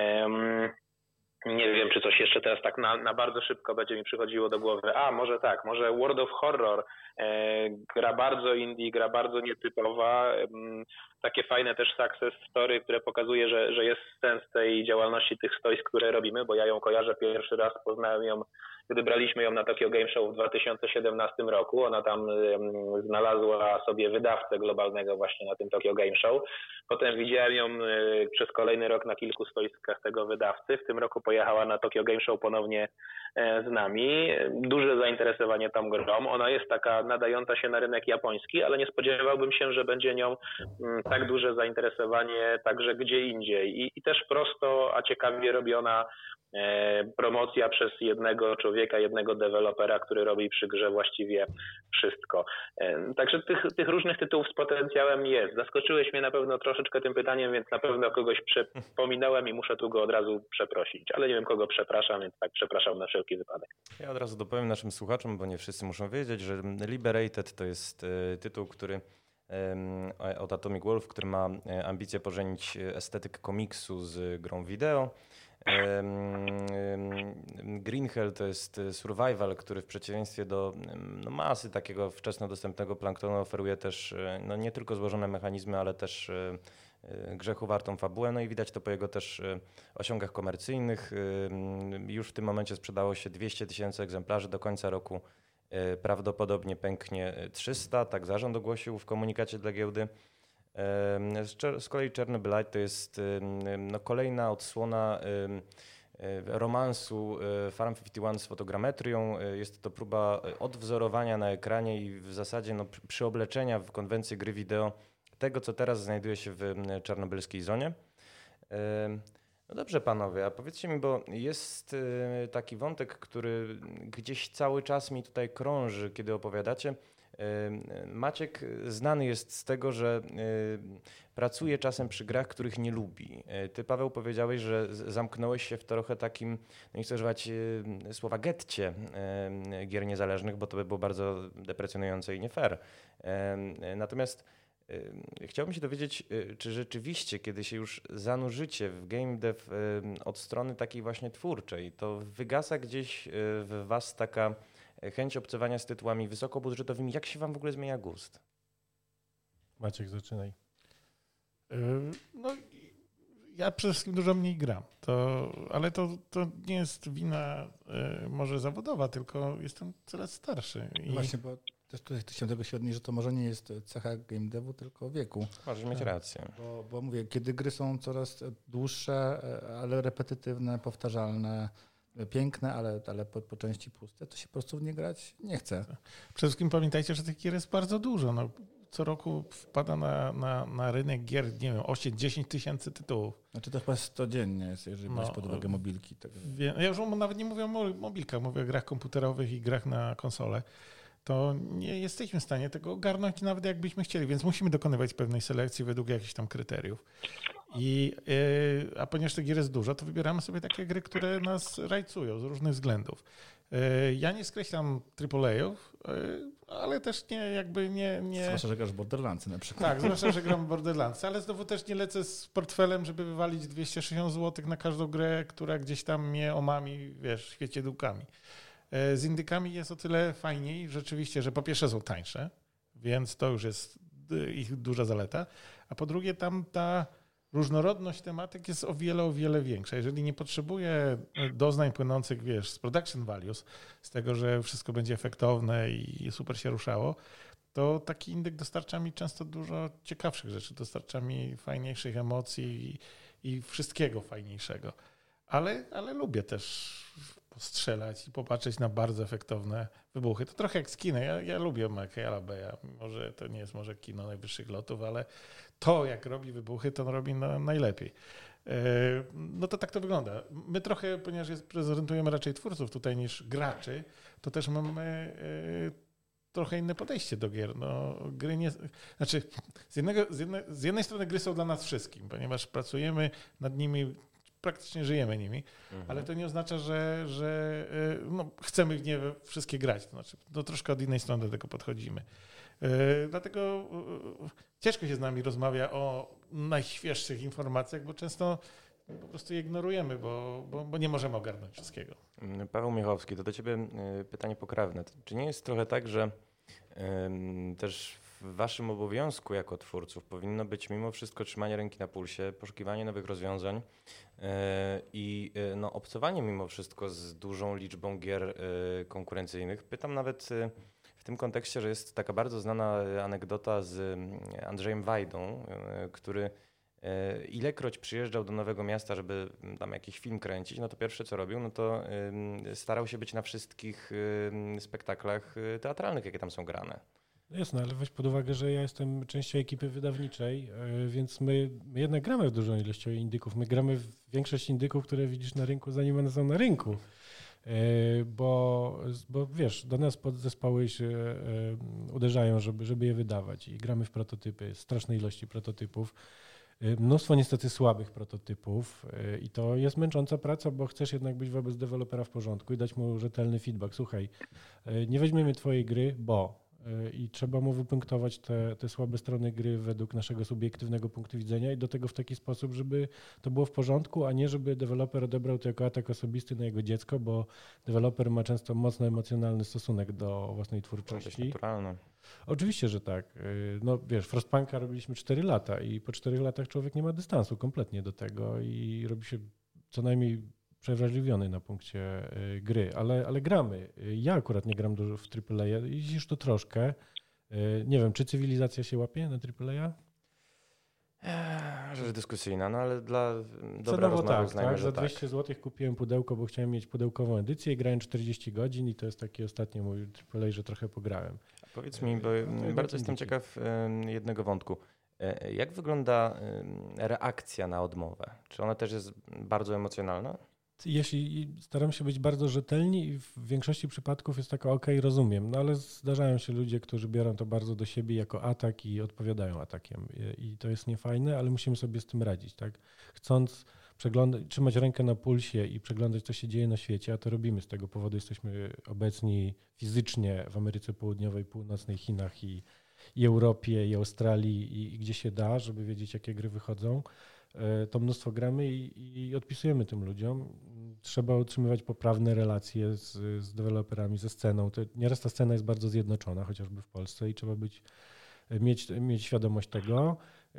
Nie wiem, czy coś jeszcze teraz tak na, na bardzo szybko będzie mi przychodziło do głowy. A, może tak, może World of Horror. E, gra bardzo indie, gra bardzo nietypowa. E, takie fajne też success story, które pokazuje, że, że jest sens tej działalności tych stoisk, które robimy, bo ja ją kojarzę pierwszy raz, poznałem ją, gdy braliśmy ją na Tokyo Game Show w dwa tysiące siedemnastym roku. Ona tam um, znalazła sobie wydawcę globalnego właśnie na tym Tokyo Game Show. Potem widziałem ją um, przez kolejny rok na kilku stoiskach tego wydawcy. W tym roku pojechała na Tokyo Game Show ponownie e, z nami. Duże zainteresowanie tą grą. Ona jest taka nadająca się na rynek japoński, ale nie spodziewałbym się, że będzie nią um, tak duże zainteresowanie także gdzie indziej. I, i też prosto, a ciekawie robiona e, promocja przez jednego człowieka, jednego dewelopera, który robi przy grze właściwie wszystko. E, także tych, tych różnych tytułów z potencjałem jest. Zaskoczyłeś mnie na pewno troszeczkę tym pytaniem, więc na pewno kogoś przepominałem i muszę tu go od razu przeprosić. Ale nie wiem, kogo przepraszam, więc tak przepraszam na wszelki wypadek. Ja od razu dopowiem naszym słuchaczom, bo nie wszyscy muszą wiedzieć, że Liberated to jest tytuł, który od Atomic Wolf, który ma ambicje pożenić estetykę komiksu z grą wideo. Green Hell to jest survival, który w przeciwieństwie do no, masy takiego wczesnodostępnego planktonu oferuje też no, nie tylko złożone mechanizmy, ale też grzechu wartą fabułę. No i widać to po jego też osiągach komercyjnych. Już w tym momencie sprzedało się dwieście tysięcy egzemplarzy, do końca roku prawdopodobnie pęknie trzysta, tak zarząd ogłosił w komunikacie dla giełdy. Z kolei Chernobyl Light to jest no, kolejna odsłona romansu Farm pięćdziesiąt jeden z fotogrametrią. Jest to próba odwzorowania na ekranie i w zasadzie no, przyobleczenia w konwencji gry wideo tego, co teraz znajduje się w czarnobylskiej zonie. No dobrze panowie, a powiedzcie mi, bo jest taki wątek, który gdzieś cały czas mi tutaj krąży, kiedy opowiadacie. Maciek znany jest z tego, że pracuje czasem przy grach, których nie lubi. Ty, Paweł, powiedziałeś, że zamknąłeś się w trochę takim, no nie chcę używać słowa getcie gier niezależnych, bo to by było bardzo deprecjonujące i nie fair. Natomiast chciałbym się dowiedzieć, czy rzeczywiście, kiedy się już zanurzycie w game dev od strony takiej właśnie twórczej, to wygasa gdzieś w was taka chęć obcowania z tytułami wysokobudżetowymi. Jak się wam w ogóle zmienia gust? Maciek, zaczynaj. No, ja przede wszystkim dużo mniej gram, to, ale to, to nie jest wina może zawodowa, tylko jestem coraz starszy. I... Właśnie, bo też tutaj chciałem tego się odnieść, że to może nie jest cecha game devu, tylko wieku. Możesz mieć rację. Bo, bo mówię, kiedy gry są coraz dłuższe, ale repetytywne, powtarzalne, piękne, ale, ale po, po części puste, to się po prostu w nie grać nie chce. Przede wszystkim pamiętajcie, że tych gier jest bardzo dużo. No, co roku wpada na, na, na rynek gier, nie wiem, osiem dziesięć tysięcy tytułów. Znaczy to chyba sto dziennie jest, jeżeli no, weź pod uwagę mobilki. Tak. Ja już nawet nie mówię o mobilkach, mówię o grach komputerowych i grach na konsolę. To nie jesteśmy w stanie tego ogarnąć nawet jakbyśmy chcieli, więc musimy dokonywać pewnej selekcji według jakichś tam kryteriów. I, yy, a ponieważ tych gier jest dużo, to wybieramy sobie takie gry, które nas rajcują z różnych względów. Yy, ja nie skreślam triple A ów, yy, ale też nie jakby nie... nie... Zwłaszcza, że grasz Borderlandsy na przykład. Tak, zwłaszcza, że gram Borderlandsy, ale znowu też nie lecę z portfelem, żeby wywalić dwieście sześćdziesiąt złotych na każdą grę, która gdzieś tam mnie omami, wiesz, w świecie dółkami. Z indykami jest o tyle fajniej rzeczywiście, że po pierwsze są tańsze, więc to już jest ich duża zaleta, a po drugie tam ta różnorodność tematyk jest o wiele, o wiele większa. Jeżeli nie potrzebuję doznań płynących, wiesz, z production values, z tego, że wszystko będzie efektowne i super się ruszało, to taki indyk dostarcza mi często dużo ciekawszych rzeczy, dostarcza mi fajniejszych emocji i, i wszystkiego fajniejszego. Ale, ale lubię też postrzelać i popatrzeć na bardzo efektowne wybuchy. To trochę jak z kina. Ja, ja lubię Michaela Baya. Może to nie jest może kino najwyższych lotów, ale to, jak robi wybuchy, to on robi na, najlepiej. No to tak to wygląda. My trochę, ponieważ jest, prezentujemy raczej twórców tutaj niż graczy, to też mamy trochę inne podejście do gier. No, gry nie, znaczy z, jednego, z, jednej, z jednej strony gry są dla nas wszystkim, ponieważ pracujemy nad nimi, praktycznie żyjemy nimi, mhm. ale to nie oznacza, że, że no, chcemy w nie wszystkie grać. To znaczy, to troszkę od innej strony do tego podchodzimy. Yy, dlatego yy, ciężko się z nami rozmawia o najświeższych informacjach, bo często po prostu je ignorujemy, bo, bo, bo nie możemy ogarnąć wszystkiego. Paweł Miechowski, to do ciebie pytanie pokrewne. Czy nie jest trochę tak, że yy, też w waszym obowiązku jako twórców powinno być mimo wszystko trzymanie ręki na pulsie, poszukiwanie nowych rozwiązań yy, i yy, no, obcowanie mimo wszystko z dużą liczbą gier yy, konkurencyjnych? Pytam nawet yy, w tym kontekście, że jest taka bardzo znana anegdota z Andrzejem Wajdą, yy, który yy, ilekroć przyjeżdżał do Nowego Miasta, żeby tam jakiś film kręcić, no to pierwsze co robił, no to yy, starał się być na wszystkich yy, spektaklach yy, teatralnych, jakie tam są grane. No jasne, ale weź pod uwagę, że ja jestem częścią ekipy wydawniczej, więc my, my jednak gramy w dużą ilością indyków. My gramy w większość indyków, które widzisz na rynku, zanim one są na rynku. Bo, bo wiesz, do nas podzespoły się uderzają, żeby, żeby je wydawać i gramy w prototypy, strasznej ilości prototypów. Mnóstwo niestety słabych prototypów i to jest męcząca praca, bo chcesz jednak być wobec dewelopera w porządku i dać mu rzetelny feedback. Słuchaj, nie weźmiemy twojej gry, bo... i trzeba mu wypunktować te, te słabe strony gry według naszego subiektywnego punktu widzenia i do tego w taki sposób, żeby to było w porządku, a nie żeby deweloper odebrał to jako atak osobisty na jego dziecko, bo deweloper ma często mocno emocjonalny stosunek do własnej twórczości. To jest naturalne. Oczywiście, że tak. No wiesz, Frostpunka robiliśmy cztery lata i po czterech latach człowiek nie ma dystansu kompletnie do tego i robi się co najmniej przewrażliwiony na punkcie gry, ale, ale gramy. Ja akurat nie gram dużo w triple A, jeździsz to troszkę. Nie wiem, czy cywilizacja się łapie na triple A? Rzecz dyskusyjna, no ale dla dobra rozmowy tak, uznajmy, tak, że za tak. dwieście złotych kupiłem pudełko, bo chciałem mieć pudełkową edycję i grałem czterdzieści godzin i to jest taki ostatni mój triple A, że trochę pograłem. A powiedz mi, bo no, bardzo jestem ciekaw jednego wątku. Jak wygląda reakcja na odmowę? Czy ona też jest bardzo emocjonalna? Jeśli staram się być bardzo rzetelni i w większości przypadków jest taka okej, okay, rozumiem, no ale zdarzają się ludzie, którzy biorą to bardzo do siebie jako atak i odpowiadają atakiem i to jest niefajne, ale musimy sobie z tym radzić, tak? Chcąc przeglądać, trzymać rękę na pulsie i przeglądać, co się dzieje na świecie, a to robimy z tego powodu, jesteśmy obecni fizycznie w Ameryce Południowej, Północnej, Chinach i, i Europie, i Australii i, i gdzie się da, żeby wiedzieć, jakie gry wychodzą. To mnóstwo gramy i, i odpisujemy tym ludziom. Trzeba utrzymywać poprawne relacje z, z deweloperami, ze sceną. To nieraz ta scena jest bardzo zjednoczona, chociażby w Polsce i trzeba być, mieć, mieć świadomość tego,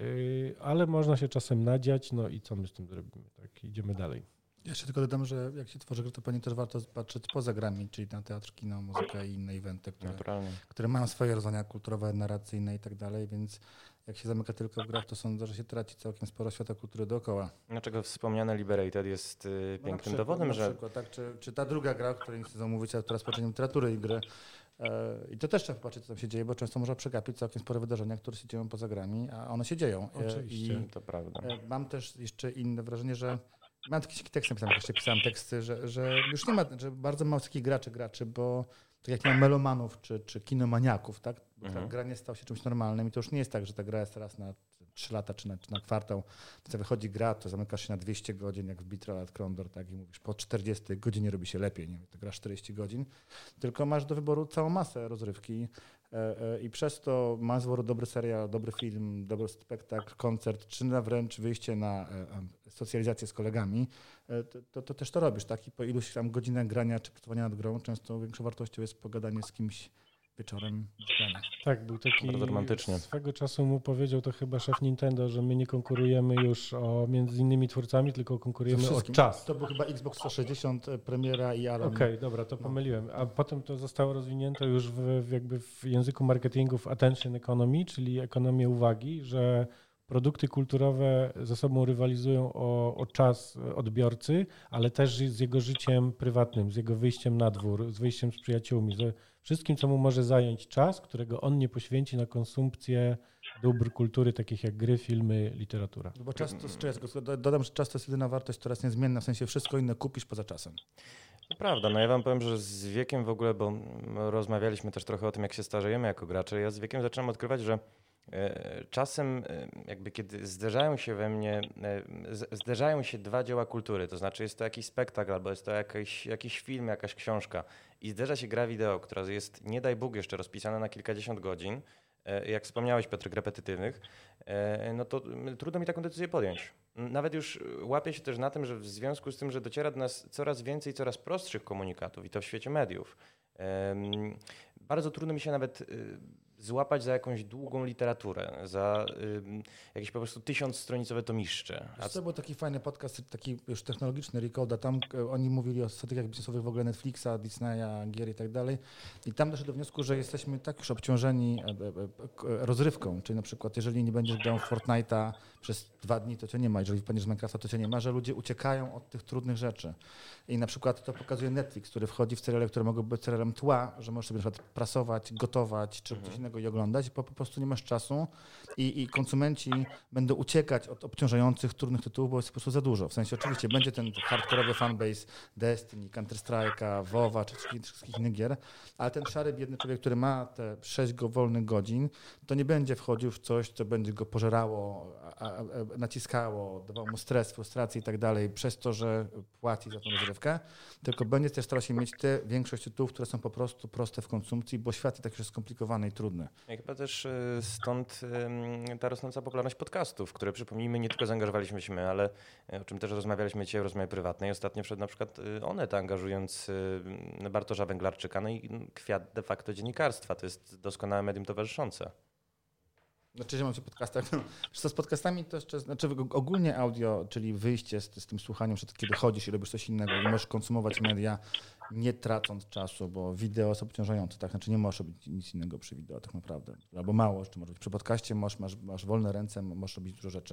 ale można się czasem nadziać, no i co my z tym zrobimy? Tak, idziemy dalej. Ja jeszcze tylko dodam, że jak się tworzy gry, to pewnie też warto patrzeć poza grami, czyli na teatr, kino, muzykę i inne eventy, które, które mają swoje rozwiązania kulturowe, narracyjne i tak dalej, więc jak się zamyka tylko w grach, to sądzę, że się traci całkiem sporo świata kultury dookoła. Dlaczego wspomniane Liberated jest y, pięknym no przykład, dowodem, na że... Przykład, tak, czy, czy ta druga gra, o której nie chcę zamówić, a która z poczeniem literatury i gry. E, I to też trzeba popatrzeć, co tam się dzieje, bo często można przegapić całkiem spore wydarzenia, które się dzieją poza grami, a one się dzieją. Oczywiście, I, to prawda. E, mam też jeszcze inne wrażenie, że mam taki tekst napisany, jeszcze pisałem teksty, że, że już nie ma, że bardzo mało takich graczy, graczy, bo tak jak nie ma melomanów czy, czy kinomaniaków, tak? Bo mhm. ta gra nie stała się czymś normalnym i to już nie jest tak, że ta gra jest teraz na trzy lata czy na, czy na kwartał. Gdy wychodzi gra, to zamykasz się na dwieście godzin, jak w Betrayal Condor, tak? I mówisz, po czterdziestej godzinie robi się lepiej, nie? To grasz czterdzieści godzin, tylko masz do wyboru całą masę rozrywki e, e, i przez to masz z wyboru dobry serial, dobry film, dobry spektakl, koncert, czy na wręcz wyjście na e, socjalizację z kolegami, e, to, to, to też to robisz, tak? I po iluś tam godzinach grania czy pracowania nad grą, często większą wartością jest pogadanie z kimś wieczorem. Tak, był taki, bardzo romantycznie. Swego czasu mu powiedział to chyba szef Nintendo, że my nie konkurujemy już o, między innymi twórcami, tylko konkurujemy o czas. To był chyba Xbox sto sześćdziesiąt, premiera i Alan. Okej, okay, dobra, to pomyliłem. A potem to zostało rozwinięte już w, w jakby w języku marketingu w attention economy, czyli ekonomię uwagi, że produkty kulturowe ze sobą rywalizują o, o czas odbiorcy, ale też z jego życiem prywatnym, z jego wyjściem na dwór, z wyjściem z przyjaciółmi, ze wszystkim, co mu może zająć czas, którego on nie poświęci na konsumpcję dóbr kultury, takich jak gry, filmy, literatura. Bo czas to, dodam, że czas to jest jedyna wartość, która jest niezmienna, w sensie wszystko inne kupisz poza czasem. To prawda, no ja wam powiem, że z wiekiem w ogóle, bo rozmawialiśmy też trochę o tym, jak się starzejemy jako gracze, ja z wiekiem zaczynam odkrywać, że czasem jakby kiedy zderzają się we mnie, zderzają się dwa dzieła kultury, to znaczy jest to jakiś spektakl albo jest to jakiś, jakiś film, jakaś książka i zderza się gra wideo, która jest nie daj Bóg jeszcze rozpisana na kilkadziesiąt godzin, jak wspomniałeś Piotrek, repetytywnych, no to trudno mi taką decyzję podjąć. Nawet już łapię się też na tym, że w związku z tym, że dociera do nas coraz więcej, coraz prostszych komunikatów i to w świecie mediów, bardzo trudno mi się nawet złapać za jakąś długą literaturę, za y, jakieś po prostu tysiącstronicowe tomiszcze. A to był taki fajny podcast, taki już technologiczny, Recoda, tam oni mówili o strategiach biznesowych w ogóle Netflixa, Disneya, gier i tak dalej i tam doszli do wniosku, że jesteśmy tak już obciążeni rozrywką, czyli na przykład jeżeli nie będziesz grał w Fortnite'a przez dwa dni, to cię nie ma, jeżeli wpadniesz z Minecrafta, to cię nie ma, że ludzie uciekają od tych trudnych rzeczy. I na przykład to pokazuje Netflix, który wchodzi w seriale, które mogą być serialem tła, że możesz sobie na przykład prasować, gotować, czy mhm. coś innego i oglądać, bo po prostu nie masz czasu i, i konsumenci będą uciekać od obciążających, trudnych tytułów, bo jest po prostu za dużo. W sensie oczywiście będzie ten hardkorowy fanbase Destiny, Counter-Strike'a, WoW'a czy wszystkich innych gier, ale ten szary, biedny człowiek, który ma te sześć go wolnych godzin, to nie będzie wchodził w coś, co będzie go pożerało, a, a, a, naciskało, dawało mu stres, frustrację i tak dalej, przez to, że płaci za tą rozrywkę, tylko będzie też starał się mieć te większość tytułów, które są po prostu proste w konsumpcji, bo świat tak już jest skomplikowany i trudny. I chyba też stąd ta rosnąca popularność podcastów, które przypomnijmy nie tylko zaangażowaliśmy się my, ale o czym też rozmawialiśmy dzisiaj w rozmowie prywatnej. Ostatnio wszedł na przykład Onet, angażując Bartosza Węglarczyka, no i kwiat de facto dziennikarstwa. To jest doskonałe medium towarzyszące. Znaczy, że mam się podcastach. No, z podcastami to jeszcze, znaczy ogólnie audio, czyli wyjście z, z tym słuchaniem, że kiedy chodzisz i robisz coś innego i możesz konsumować media, nie tracąc czasu, bo wideo jest obciążające, tak? Znaczy nie możesz robić nic innego przy wideo tak naprawdę, albo mało jeszcze możesz robić. Przy podcaście masz, masz, masz wolne ręce, możesz robić dużo rzeczy.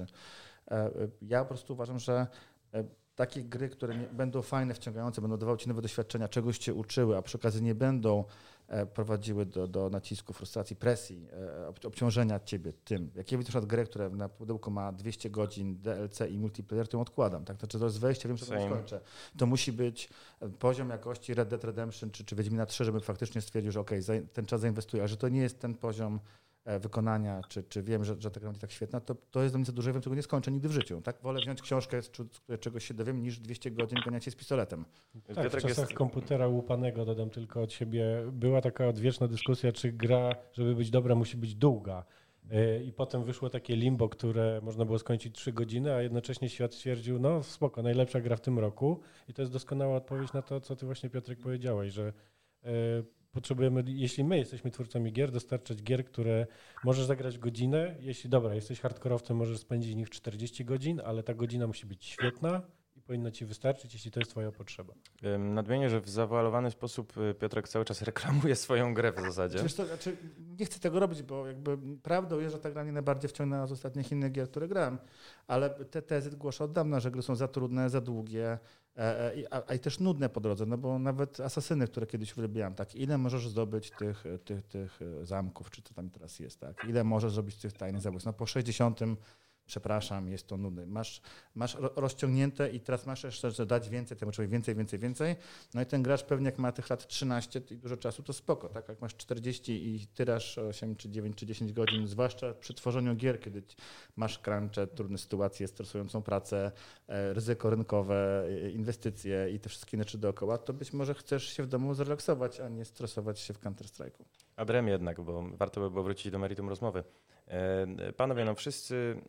Ja po prostu uważam, że takie gry, które nie, będą fajne, wciągające, będą dawały ci nowe doświadczenia, czegoś cię uczyły, a przy okazji nie będą prowadziły do, do nacisku, frustracji, presji, obciążenia ciebie tym. Jak ja widzę na przykład grę, która na pudełku ma dwieście godzin D L C i multiplayer, to ją odkładam. Tak? Znaczy to jest wejście, wiem, że to skończę. To musi być poziom jakości Red Dead Redemption czy, czy Wiedźmina trzy, żebym faktycznie stwierdził, że okej, okay, ten czas zainwestuję, a że to nie jest ten poziom wykonania, czy, czy wiem, że, że ta gra będzie tak świetna, to, to jest dla mnie za dużo, ja wiem, czego nie skończę nigdy w życiu. Tak? Wolę wziąć książkę, z której czegoś się dowiem, niż dwieście godzin ganiać się z pistoletem. Tak, w czasach jest... komputera łupanego, dodam tylko od siebie, była taka odwieczna dyskusja, czy gra, żeby być dobra, musi być długa. I potem wyszło takie limbo, które można było skończyć trzy godziny, a jednocześnie świat stwierdził, no spoko, najlepsza gra w tym roku. I to jest doskonała odpowiedź na to, co ty właśnie, Piotrek, powiedziałeś, że potrzebujemy, jeśli my jesteśmy twórcami gier, dostarczać gier, które możesz zagrać godzinę. Jeśli dobra, jesteś hardkorowcem, możesz spędzić w nich czterdzieści godzin, ale ta godzina musi być świetna i powinna ci wystarczyć, jeśli to jest twoja potrzeba. Nadmienię, że w zawoalowany sposób Piotrek cały czas reklamuje swoją grę w zasadzie. Wiesz, to, znaczy, nie chcę tego robić, bo jakby prawdą jest, że ta gra mnie najbardziej wciągnęła z ostatnich innych gier, które grałem, ale te tezy głoszę od dawna, że gry są za trudne, za długie, A, a i też nudne po drodze, no bo nawet asasyny, które kiedyś uwielbiałem, tak, ile możesz zdobyć tych, tych, tych zamków, czy co tam teraz jest, tak, ile możesz zrobić tych tajnych zabójstw. No po sześćdziesiątym, przepraszam, jest to nudne. Masz, masz rozciągnięte i teraz masz jeszcze że dać więcej, temu człowiek więcej, więcej, więcej. No i ten gracz pewnie jak ma tych lat trzynaście i dużo czasu, to spoko, tak, jak masz czterdzieści i tyraż osiem, czy dziewięć, czy dziesięć godzin, zwłaszcza przy tworzeniu gier, kiedy masz crunche, trudne sytuacje, stresującą pracę, ryzyko rynkowe, inwestycje i te wszystkie rzeczy dookoła, to być może chcesz się w domu zrelaksować, a nie stresować się w Counter-Strike'u. Adrem jednak, bo warto by było wrócić do meritum rozmowy. Panowie, no wszyscy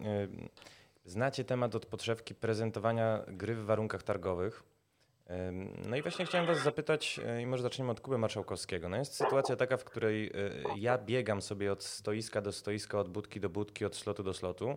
znacie temat od podszewki prezentowania gry w warunkach targowych. No i właśnie chciałem was zapytać, i może zaczniemy od Kuby Marszałkowskiego. No jest sytuacja taka, w której ja biegam sobie od stoiska do stoiska, od budki do budki, od slotu do slotu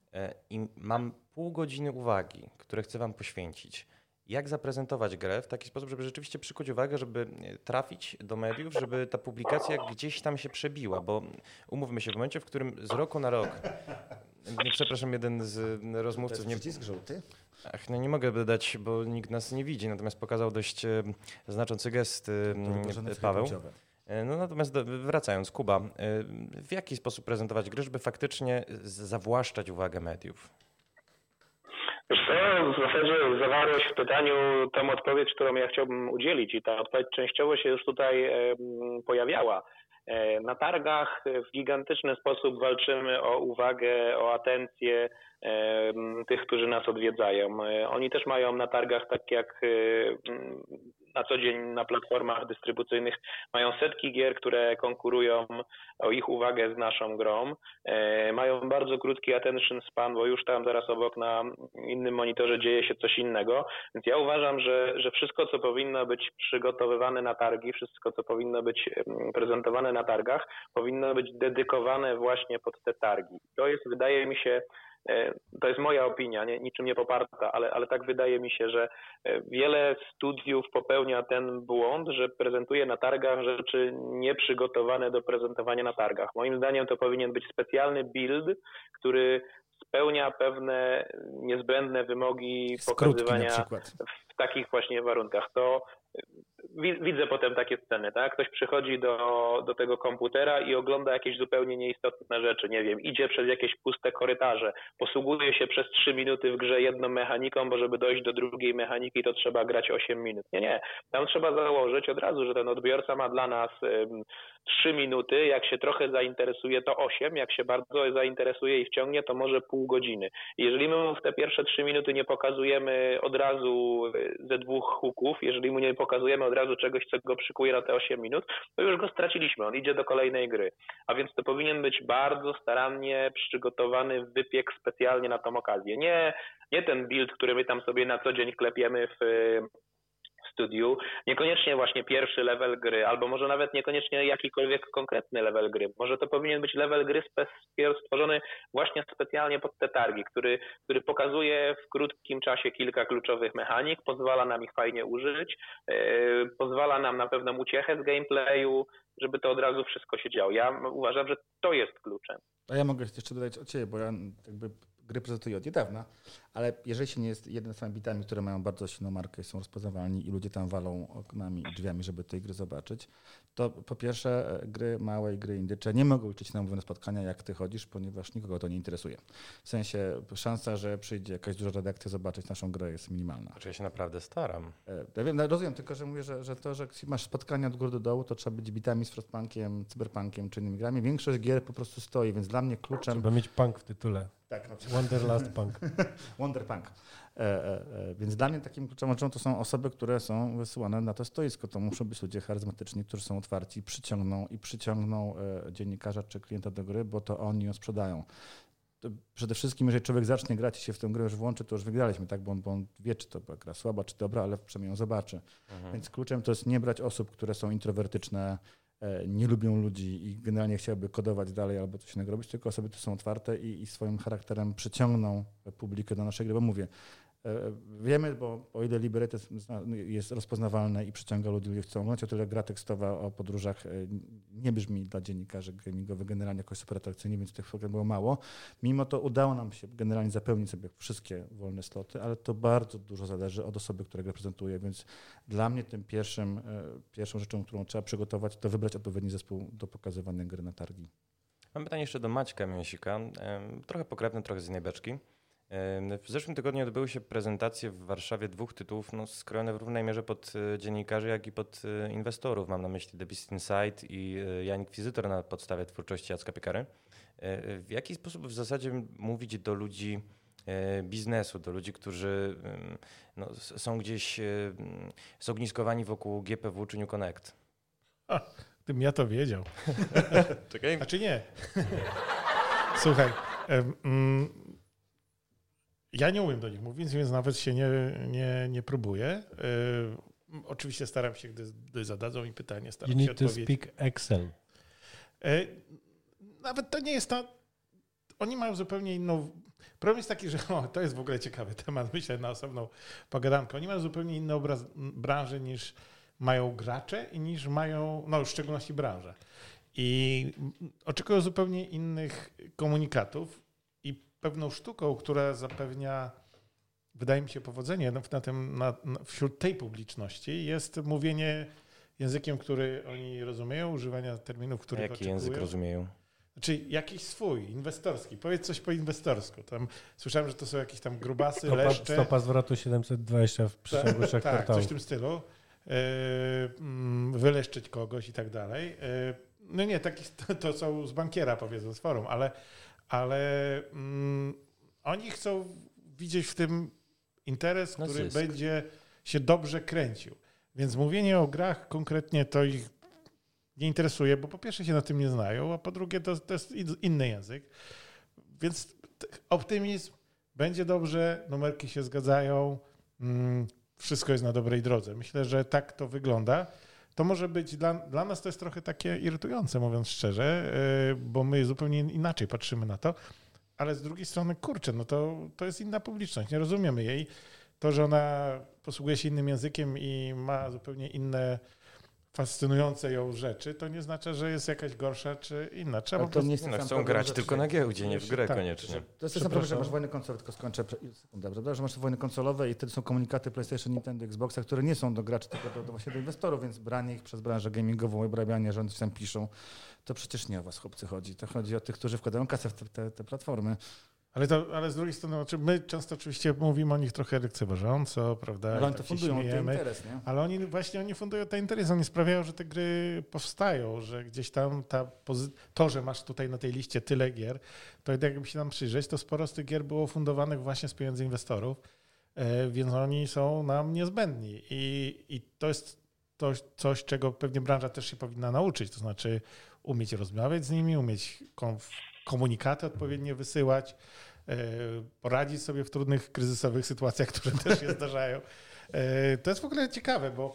i mam pół godziny uwagi, które chcę wam poświęcić. Jak zaprezentować grę w taki sposób, żeby rzeczywiście przykuć uwagę, żeby trafić do mediów, żeby ta publikacja gdzieś tam się przebiła, bo umówmy się, w momencie, w którym z roku na rok, nie, przepraszam, jeden z rozmówców... To jest przycisk żółty? Ach, no nie mogę dodać, bo nikt nas nie widzi, natomiast pokazał dość e, znaczący gest e, Paweł. No natomiast do, wracając, Kuba, e, w jaki sposób prezentować gry, żeby faktycznie zawłaszczać uwagę mediów? Wiesz co, w zasadzie zawarłeś w pytaniu tą odpowiedź, którą ja chciałbym udzielić i ta odpowiedź częściowo się już tutaj e, pojawiała. E, na targach w gigantyczny sposób walczymy o uwagę, o atencję e, tych, którzy nas odwiedzają. E, oni też mają na targach, tak jak e, na co dzień na platformach dystrybucyjnych, mają setki gier, które konkurują o ich uwagę z naszą grą. E, mają bardzo krótki attention span, bo już tam zaraz obok na innym monitorze dzieje się coś innego. Więc ja uważam, że, że wszystko, co powinno być przygotowywane na targi, wszystko, co powinno być prezentowane na targach, powinno być dedykowane właśnie pod te targi. To jest, wydaje mi się, to jest moja opinia, nie, niczym nie poparta, ale, ale tak wydaje mi się, że wiele studiów popełnia ten błąd, że prezentuje na targach rzeczy nieprzygotowane do prezentowania na targach. Moim zdaniem to powinien być specjalny build, który spełnia pewne niezbędne wymogi pokazywania w takich właśnie warunkach. To widzę potem takie sceny, tak? Ktoś przychodzi do, do tego komputera i ogląda jakieś zupełnie nieistotne rzeczy, nie wiem, idzie przez jakieś puste korytarze, posługuje się przez trzy minuty w grze jedną mechaniką, bo żeby dojść do drugiej mechaniki, to trzeba grać osiem minut. Nie, nie. Tam trzeba założyć od razu, że ten odbiorca ma dla nas ym, trzy minuty, jak się trochę zainteresuje, to osiem, jak się bardzo zainteresuje i wciągnie, to może pół godziny. I jeżeli my mu w te pierwsze trzy minuty nie pokazujemy od razu ze dwóch hooków, jeżeli mu nie pokazujemy od razu czegoś, co go przykuje na te osiem minut, to już go straciliśmy, on idzie do kolejnej gry. A więc to powinien być bardzo starannie przygotowany wypiek specjalnie na tą okazję. Nie, nie ten build, który my tam sobie na co dzień klepiemy w studiu, niekoniecznie właśnie pierwszy level gry, albo może nawet niekoniecznie jakikolwiek konkretny level gry. Może to powinien być level gry spe- stworzony właśnie specjalnie pod te targi, który, który pokazuje w krótkim czasie kilka kluczowych mechanik, pozwala nam ich fajnie użyć, yy, pozwala nam na pewną uciechę z gameplayu, żeby to od razu wszystko się działo. Ja uważam, że to jest kluczem. A ja mogę jeszcze dodać od Ciebie, bo ja jakby gry prezentuję od niedawna, ale jeżeli się nie jest jeden z samymi bitami, które mają bardzo silną markę i są rozpoznawalni i ludzie tam walą oknami i drzwiami, żeby tej gry zobaczyć, to po pierwsze gry małe i gry indycze nie mogą liczyć na umówione spotkania, jak Ty chodzisz, ponieważ nikogo to nie interesuje. W sensie szansa, że przyjdzie jakaś duża redakcja zobaczyć naszą grę jest minimalna. Znaczy ja się naprawdę staram. Ja wiem, rozumiem, tylko że mówię, że, że to, że masz spotkania od góry do dołu, to trzeba być bitami z Frostpunkiem, Cyberpunkiem czy innymi grami. Większość gier po prostu stoi, więc dla mnie kluczem... Trzeba mieć punk w tytule. Tak, no, Wanderlust Punk. Wonderpunk. E, e, e, więc dla mnie takim kluczowym rzeczą to są osoby, które są wysyłane na to stoisko. To muszą być ludzie charyzmatyczni, którzy są otwarci i przyciągną, i przyciągną e, dziennikarza czy klienta do gry, bo to oni ją sprzedają. To przede wszystkim, jeżeli człowiek zacznie grać i się w tę grę już włączy, to już wygraliśmy, tak? Bo on, bo on wie, czy to była gra słaba, czy dobra, ale przynajmniej ją zobaczy. Mhm. Więc kluczem to jest nie brać osób, które są introwertyczne, nie lubią ludzi i generalnie chciałyby kodować dalej albo coś innego robić, tylko osoby, które są otwarte i, i swoim charakterem przyciągną publikę do naszej gry, bo mówię, wiemy, bo o ile Libretto jest rozpoznawalne i przyciąga ludzi, ludzie chcą oglądać, o tyle gra tekstowa o podróżach nie brzmi dla dziennikarzy gamingowych generalnie jakoś super atrakcyjnie, więc tych programów było mało. Mimo to udało nam się generalnie zapełnić sobie wszystkie wolne sloty, ale to bardzo dużo zależy od osoby, która grę prezentuje, więc dla mnie tym pierwszym, pierwszą rzeczą, którą trzeba przygotować, to wybrać odpowiedni zespół do pokazywania gry na targi. Mam pytanie jeszcze do Maćka Mięsika, trochę pokrewne, trochę z innej beczki. W zeszłym tygodniu odbyły się prezentacje w Warszawie dwóch tytułów no, skrojone w równej mierze pod dziennikarzy, jak i pod inwestorów. Mam na myśli The Beast Inside i Jan Inkwizytor na podstawie twórczości Jacka Piekary. W jaki sposób w zasadzie mówić do ludzi biznesu, do ludzi, którzy no, są gdzieś zogniskowani wokół G P W czy New Connect? A, gdybym ja to wiedział. Czekaj. Znaczy nie. Słuchaj, um, ja nie umiem do nich mówić, więc nawet się nie, nie, nie próbuję. Yy, oczywiście staram się, gdy, gdy zadadzą mi pytanie, staram you się odpowiedzieć. You need to speak Excel. Yy, nawet to nie jest to... Oni mają zupełnie inną... Problem jest taki, że o, to jest w ogóle ciekawy temat, myślę, na osobną pogadankę. Oni mają zupełnie inną obraz, branżę niż mają gracze i niż mają, no w szczególności branża. I oczekują zupełnie innych komunikatów. Pewną sztuką, która zapewnia, wydaje mi się, powodzenie na tym, na, na, wśród tej publiczności jest mówienie językiem, który oni rozumieją, używania terminów, których Jaki oczekują. Język rozumieją? Znaczy jakiś swój, inwestorski. Powiedz coś po inwestorsku. Tam słyszałem, że to są jakieś tam grubasy, stopa, leszcze. Stopa zwrotu siedemset dwadzieścia w przeciągu tak, trzech tak, kwartałów. coś w tym stylu. Yy, wyleszczyć kogoś i tak dalej. Yy, no nie, taki, to, to są z bankiera, powiedzmy, z forum, ale ale mm, oni chcą widzieć w tym interes, Na który zysk. będzie się dobrze kręcił. Więc mówienie o grach konkretnie to ich nie interesuje, bo po pierwsze się na tym nie znają, a po drugie to, to jest inny język. Więc optymizm, będzie dobrze, numerki się zgadzają, mm, wszystko jest na dobrej drodze. Myślę, że tak to wygląda. To może być, dla, dla nas to jest trochę takie irytujące, mówiąc szczerze, yy, bo my zupełnie inaczej patrzymy na to, ale z drugiej strony, kurczę, no to, to jest inna publiczność, nie rozumiemy jej. To, że ona posługuje się innym językiem i ma zupełnie inne fascynujące ją rzeczy, to nie znaczy, że jest jakaś gorsza czy inna. Trzeba to po prostu... nie jest No, sam chcą problem, grać że tylko na giełdzie, nie w grę tak, koniecznie. To jest ten sam problem, że masz wojny konsolowe, tylko skończę, sekundę, prawda, że masz wojny konsolowe i wtedy są komunikaty PlayStation, Nintendo, Xboxa, które nie są do graczy, tylko do, do właśnie do inwestorów, więc branie ich przez branżę gamingową, obrabianie, że oni coś tam piszą, to przecież nie o was, chłopcy, chodzi. To chodzi o tych, którzy wkładają kasę w te, te, te platformy. Ale, to, ale z drugiej strony, znaczy my często oczywiście mówimy o nich trochę lekceważąco, prawda? Ale oni tak to fundują ten interes, nie? Ale oni właśnie oni fundują ten interes, oni sprawiają, że te gry powstają, że gdzieś tam ta pozy- to, że masz tutaj na tej liście tyle gier, to jakby się nam przyjrzeć, to sporo z tych gier było fundowanych właśnie z pieniędzy inwestorów, yy, więc oni są nam niezbędni. I, i to jest to, coś, czego pewnie branża też się powinna nauczyć, to znaczy umieć rozmawiać z nimi, umieć konf- komunikaty odpowiednio wysyłać, poradzić sobie w trudnych, kryzysowych sytuacjach, które też się zdarzają. To jest w ogóle ciekawe, bo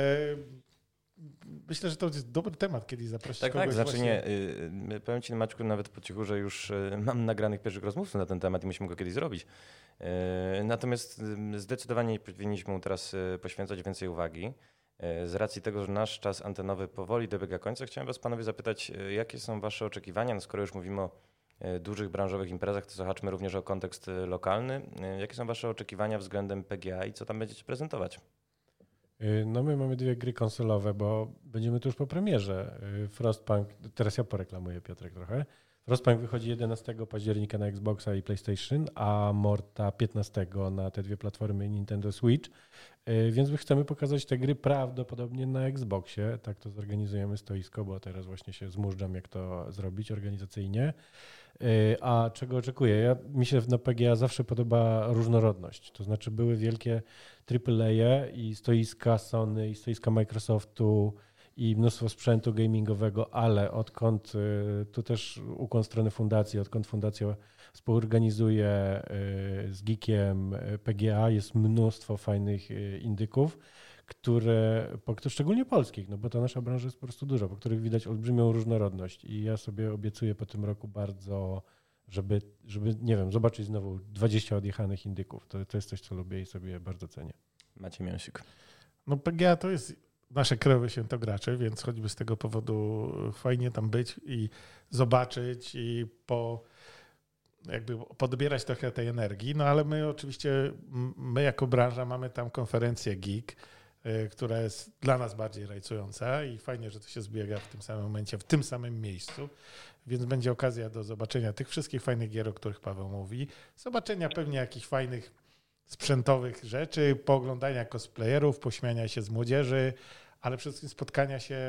myślę, że to jest dobry temat, kiedy zaprosić tak, kogoś. Tak, znaczy właśnie... nie, powiem Ci, Maćku, nawet po cichu, że już mam nagranych pierwszych rozmówców na ten temat i musimy go kiedyś zrobić. Natomiast zdecydowanie powinniśmy mu teraz poświęcać więcej uwagi. Z racji tego, że nasz czas antenowy powoli dobiega końca, chciałem Was, panowie, zapytać, jakie są Wasze oczekiwania, no skoro już mówimy o dużych branżowych imprezach, to zahaczmy również o kontekst lokalny. Jakie są Wasze oczekiwania względem P G A i co tam będziecie prezentować? No my mamy dwie gry konsolowe, bo będziemy tuż po premierze. Frostpunk, teraz ja poreklamuję, Piotrek, trochę. Frostpunk wychodzi jedenastego października na Xboxa i PlayStation, a Morta piętnastego na te dwie platformy Nintendo Switch. Więc my chcemy pokazać te gry prawdopodobnie na Xboxie. Tak to zorganizujemy stoisko, bo teraz właśnie się zmużdżam, jak to zrobić organizacyjnie. A czego oczekuję? Ja, mi się na P G A zawsze podoba różnorodność. To znaczy były wielkie triple A i stoiska Sony i stoiska Microsoftu i mnóstwo sprzętu gamingowego, ale odkąd tu też ukłon strony fundacji, odkąd fundacja współorganizuje z Geekiem P G A, jest mnóstwo fajnych indyków, które, szczególnie polskich, no bo ta nasza branża jest po prostu duża, po których widać olbrzymią różnorodność i ja sobie obiecuję po tym roku bardzo, żeby, żeby nie wiem, zobaczyć znowu dwadzieścia odjechanych indyków. To, to jest coś, co lubię i sobie bardzo cenię. Maciej Miąsik. No P G A to jest nasze krajowe święto graczy, więc choćby z tego powodu fajnie tam być i zobaczyć i po jakby podbierać trochę tej energii, no ale my oczywiście, my jako branża mamy tam konferencję Geek, która jest dla nas bardziej rajcująca i fajnie, że to się zbiega w tym samym momencie, w tym samym miejscu, więc będzie okazja do zobaczenia tych wszystkich fajnych gier, o których Paweł mówi, zobaczenia pewnie jakichś fajnych sprzętowych rzeczy, pooglądania cosplayerów, pośmiania się z młodzieży, ale przede wszystkim spotkania się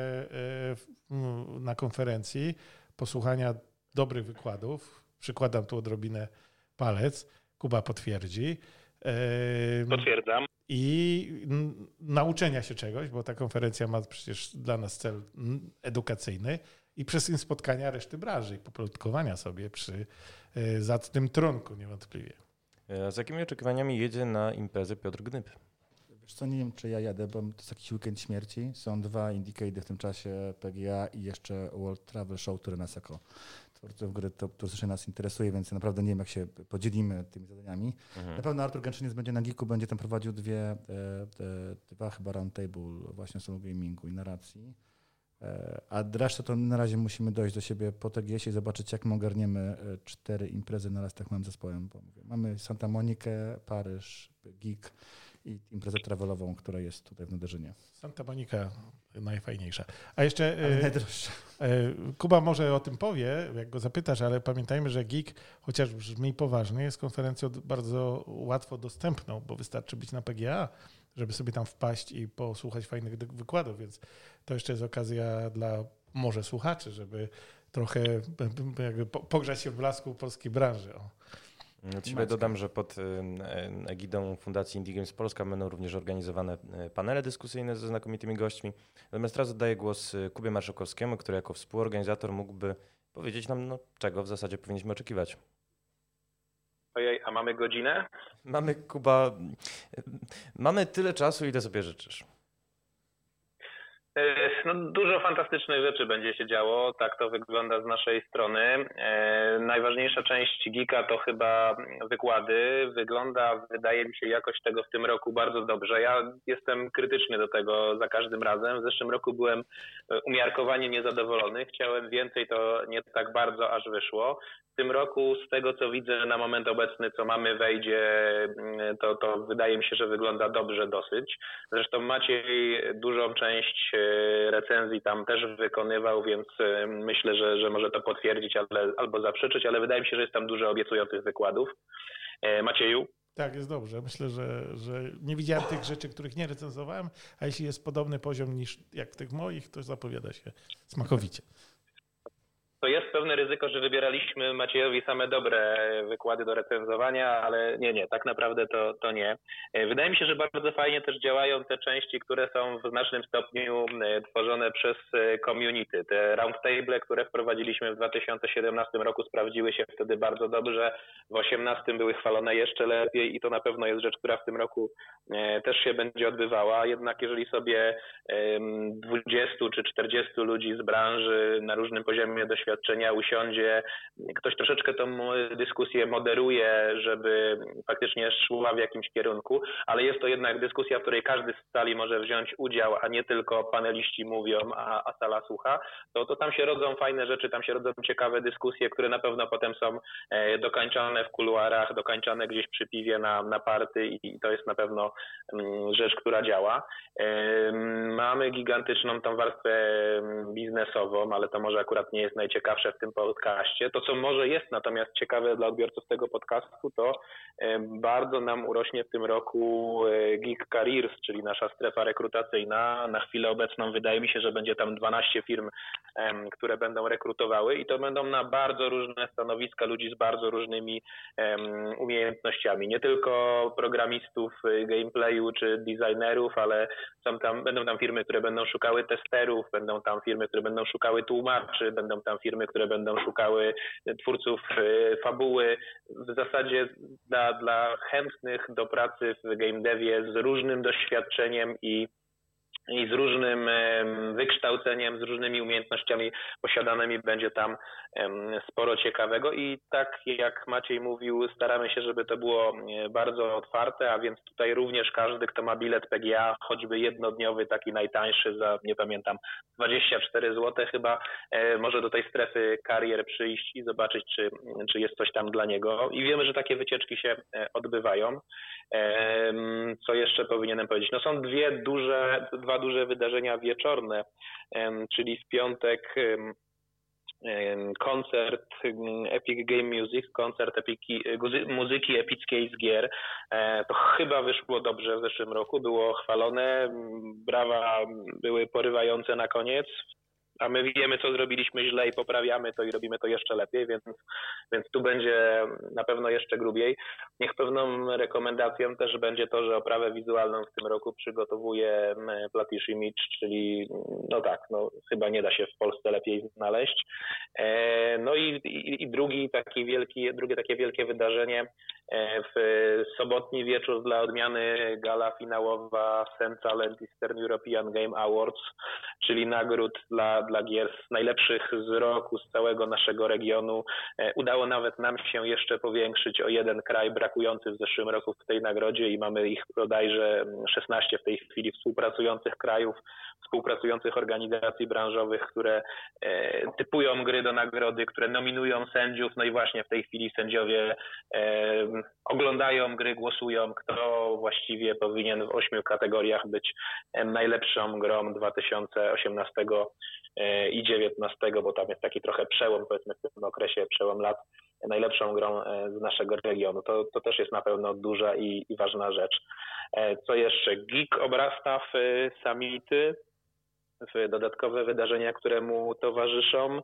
na konferencji, posłuchania dobrych wykładów. Przykładam tu odrobinę palec, Kuba potwierdzi. Potwierdzam. I nauczenia się czegoś, bo ta konferencja ma przecież dla nas cel edukacyjny i przez tym spotkania reszty branży i poplotkowania sobie przy zacnym trunku niewątpliwie. A z jakimi oczekiwaniami jedzie na imprezę Piotr Gnyb? Wiesz co, nie wiem, czy ja jadę, bo to jest jakiś weekend śmierci. Są dwa Indicate w tym czasie, P G A i jeszcze World Travel Show, które nas jako twórców gry to turystycznie nas interesuje, więc ja naprawdę nie wiem, jak się podzielimy tymi zadaniami. Mhm. Na pewno Artur Gęczyniec będzie na Geeku, będzie tam prowadził dwie, e, e, dwa chyba roundtable właśnie o solo gamingu i narracji. E, a resztę to na razie musimy dojść do siebie po T G S-ie i zobaczyć, jak my ogarniemy cztery imprezy naraz tak małym zespołem. Bo mówię, mamy Santa Monikę, Paryż, Geek i imprezę travelową, która jest tutaj w Naderzynie. Santa Monica najfajniejsza. A jeszcze ale najdroższa. Kuba może o tym powie, jak go zapytasz, ale pamiętajmy, że Geek, chociaż brzmi poważnie, jest konferencją bardzo łatwo dostępną, bo wystarczy być na P G A, żeby sobie tam wpaść i posłuchać fajnych wykładów, więc to jeszcze jest okazja dla może słuchaczy, żeby trochę jakby pogrzać się w blasku polskiej branży. O. Od siebie dodam, że pod egidą Fundacji Indie Games Polska będą również organizowane panele dyskusyjne ze znakomitymi gośćmi. Natomiast teraz oddaję głos Kubie Marszałkowskiemu, który jako współorganizator mógłby powiedzieć nam, no, czego w zasadzie powinniśmy oczekiwać. Ojej, a mamy godzinę? Mamy, Kuba, mamy tyle czasu, ile sobie życzysz. No, dużo fantastycznych rzeczy będzie się działo, tak to wygląda z naszej strony. E, najważniejsza część Geeka to chyba wykłady. Wygląda, wydaje mi się, jakoś tego w tym roku bardzo dobrze. Ja jestem krytyczny do tego za każdym razem. W zeszłym roku byłem umiarkowanie niezadowolony. Chciałem więcej, to nie tak bardzo aż wyszło. W tym roku z tego, co widzę na moment obecny, co mamy wejdzie, to, to wydaje mi się, że wygląda dobrze dosyć. Zresztą Maciej dużą część recenzji tam też wykonywał, więc myślę, że, że może to potwierdzić ale, albo zaprzeczyć, ale wydaje mi się, że jest tam dużo obiecujących wykładów. Macieju? Tak, jest dobrze. Myślę, że, że nie widziałem tych rzeczy, których nie recenzowałem, a jeśli jest podobny poziom niż jak w tych moich, to zapowiada się smakowicie. to jest pewne ryzyko, że wybieraliśmy Maciejowi same dobre wykłady do recenzowania, ale nie, nie, tak naprawdę to, to nie. Wydaje mi się, że bardzo fajnie też działają te części, które są w znacznym stopniu tworzone przez community. Te roundtable, które wprowadziliśmy w dwa tysiące siedemnastym roku, sprawdziły się wtedy bardzo dobrze. W osiemnastym były chwalone jeszcze lepiej i to na pewno jest rzecz, która w tym roku też się będzie odbywała. Jednak jeżeli sobie dwudziestu czy czterdziestu ludzi z branży na różnym poziomie doświadczenia usiądzie, ktoś troszeczkę tą dyskusję moderuje, żeby faktycznie szła w jakimś kierunku, ale jest to jednak dyskusja, w której każdy z sali może wziąć udział, a nie tylko paneliści mówią, a, a sala słucha, to, to tam się rodzą fajne rzeczy, tam się rodzą ciekawe dyskusje, które na pewno potem są dokańczane w kuluarach, dokańczane gdzieś przy piwie na, na party i to jest na pewno rzecz, która działa. Mamy gigantyczną tą warstwę biznesową, ale to może akurat nie jest najciekawsze w tym podcaście. To, co może jest natomiast ciekawe dla odbiorców tego podcastu, to bardzo nam urośnie w tym roku Geek Careers, czyli nasza strefa rekrutacyjna. Na chwilę obecną wydaje mi się, że będzie tam dwanaście firm, które będą rekrutowały i to będą na bardzo różne stanowiska ludzi z bardzo różnymi umiejętnościami. Nie tylko programistów gameplayu czy designerów, ale są tam, będą tam firmy, które będą szukały testerów, będą tam firmy, które będą szukały tłumaczy, będą tam firmy, które będą szukały twórców fabuły. W zasadzie dla, dla chętnych do pracy w game devie z różnym doświadczeniem i i z różnym wykształceniem, z różnymi umiejętnościami posiadanymi będzie tam sporo ciekawego i tak jak Maciej mówił, staramy się, żeby to było bardzo otwarte, a więc tutaj również każdy, kto ma bilet P G A, choćby jednodniowy, taki najtańszy za, nie pamiętam, dwadzieścia cztery złote chyba, może do tej strefy karier przyjść i zobaczyć, czy, czy jest coś tam dla niego. I wiemy, że takie wycieczki się odbywają. Co jeszcze powinienem powiedzieć? No są dwie duże, dwa duże wydarzenia wieczorne, czyli w piątek koncert Epic Game Music, koncert epiki, muzyki epickiej z gier. To chyba wyszło dobrze w zeszłym roku, było chwalone, brawa były porywające na koniec. A my wiemy, co zrobiliśmy źle i poprawiamy to i robimy to jeszcze lepiej, więc, więc tu będzie na pewno jeszcze grubiej. Niech pewną rekomendacją też będzie to, że oprawę wizualną w tym roku przygotowuje Platish Image, czyli no tak, no chyba nie da się w Polsce lepiej znaleźć. No i, i, i drugi taki wielki, drugie takie wielkie wydarzenie w sobotni wieczór dla odmiany gala finałowa Central and Eastern European Game Awards, czyli nagród dla dla gier najlepszych z roku, z całego naszego regionu. Udało nawet nam się jeszcze powiększyć o jeden kraj brakujący w zeszłym roku w tej nagrodzie i mamy ich bodajże szesnaście w tej chwili współpracujących krajów, współpracujących organizacji branżowych, które typują gry do nagrody, które nominują sędziów. No i właśnie w tej chwili sędziowie oglądają gry, głosują, kto właściwie powinien w ośmiu kategoriach być najlepszą grą dwa tysiące osiemnastego i dziewiętnastego, bo tam jest taki trochę przełom, powiedzmy w tym okresie, przełom lat, najlepszą grą z naszego regionu. To, to też jest na pewno duża i, i ważna rzecz. Co jeszcze? Geek obrasta w summity, w dodatkowe wydarzenia, które mu towarzyszą.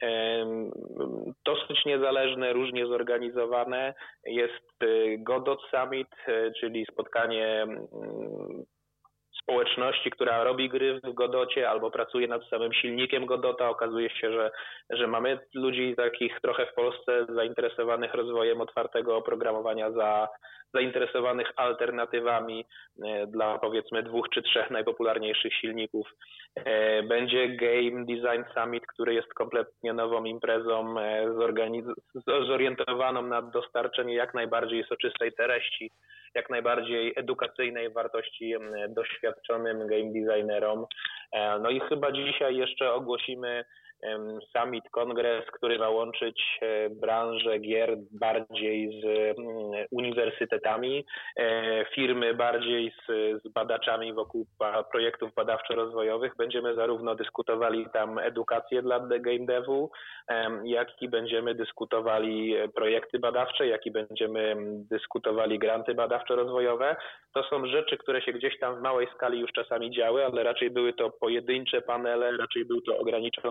Dosyć niezależne, różnie zorganizowane. Jest Godot Summit, czyli spotkanie społeczności, która robi gry w Godocie albo pracuje nad samym silnikiem Godota. Okazuje się, że, że mamy ludzi takich trochę w Polsce zainteresowanych rozwojem otwartego oprogramowania, za, zainteresowanych alternatywami dla powiedzmy dwóch czy trzech najpopularniejszych silników. Będzie Game Design Summit, który jest kompletnie nową imprezą zorganiz- zorientowaną na dostarczenie jak najbardziej soczystej treści, jak najbardziej edukacyjnej wartości doświadczonym game designerom. No i chyba dzisiaj jeszcze ogłosimy summit, kongres, który ma łączyć branżę gier bardziej z uniwersytetami, firmy bardziej z, z badaczami wokół projektów badawczo-rozwojowych. Będziemy zarówno dyskutowali tam edukację dla game devu, jak i będziemy dyskutowali projekty badawcze, jak i będziemy dyskutowali granty badawczo-rozwojowe. To są rzeczy, które się gdzieś tam w małej skali już czasami działy, ale raczej były to pojedyncze panele, raczej był to ograniczony zasięg.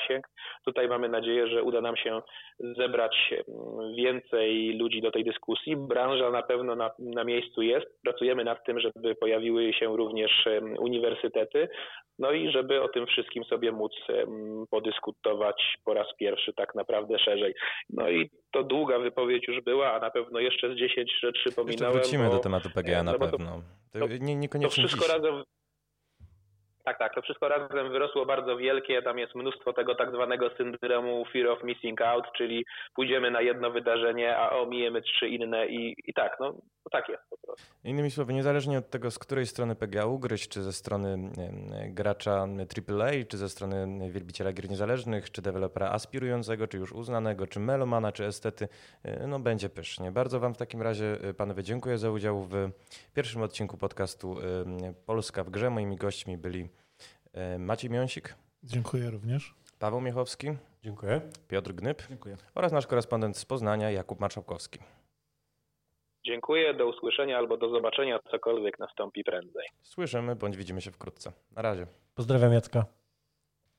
zasięg. Tutaj mamy nadzieję, że uda nam się zebrać więcej ludzi do tej dyskusji. Branża na pewno na, na miejscu jest. Pracujemy nad tym, żeby pojawiły się również uniwersytety, no i żeby o tym wszystkim sobie móc podyskutować po raz pierwszy tak naprawdę szerzej. No i to długa wypowiedź już była, a na pewno jeszcze z dziesięć rzeczy pominąłem. Jeszcze wrócimy bo, do tematu P G A na no pewno. To, to, nie, niekoniecznie to wszystko dziś. razem. Tak, tak, to wszystko razem wyrosło bardzo wielkie, tam jest mnóstwo tego tak zwanego syndromu fear of missing out, czyli pójdziemy na jedno wydarzenie, a omijemy trzy inne i, i tak, no to tak jest po prostu. Innymi słowy, niezależnie od tego, z której strony P G A ugryźć, czy ze strony gracza triple A, czy ze strony wielbiciela gier niezależnych, czy dewelopera aspirującego, czy już uznanego, czy melomana, czy estety, no będzie pysznie. Bardzo wam w takim razie, panowie, dziękuję za udział w pierwszym odcinku podcastu Polska w grze. Moimi gośćmi byli Maciej Miąsik. Dziękuję również. Paweł Miechowski. Dziękuję. Piotr Gnyb. Dziękuję. Oraz nasz korespondent z Poznania, Jakub Marszałkowski. Dziękuję, do usłyszenia albo do zobaczenia, cokolwiek nastąpi prędzej. Słyszymy bądź widzimy się wkrótce. Na razie. Pozdrawiam Jacka.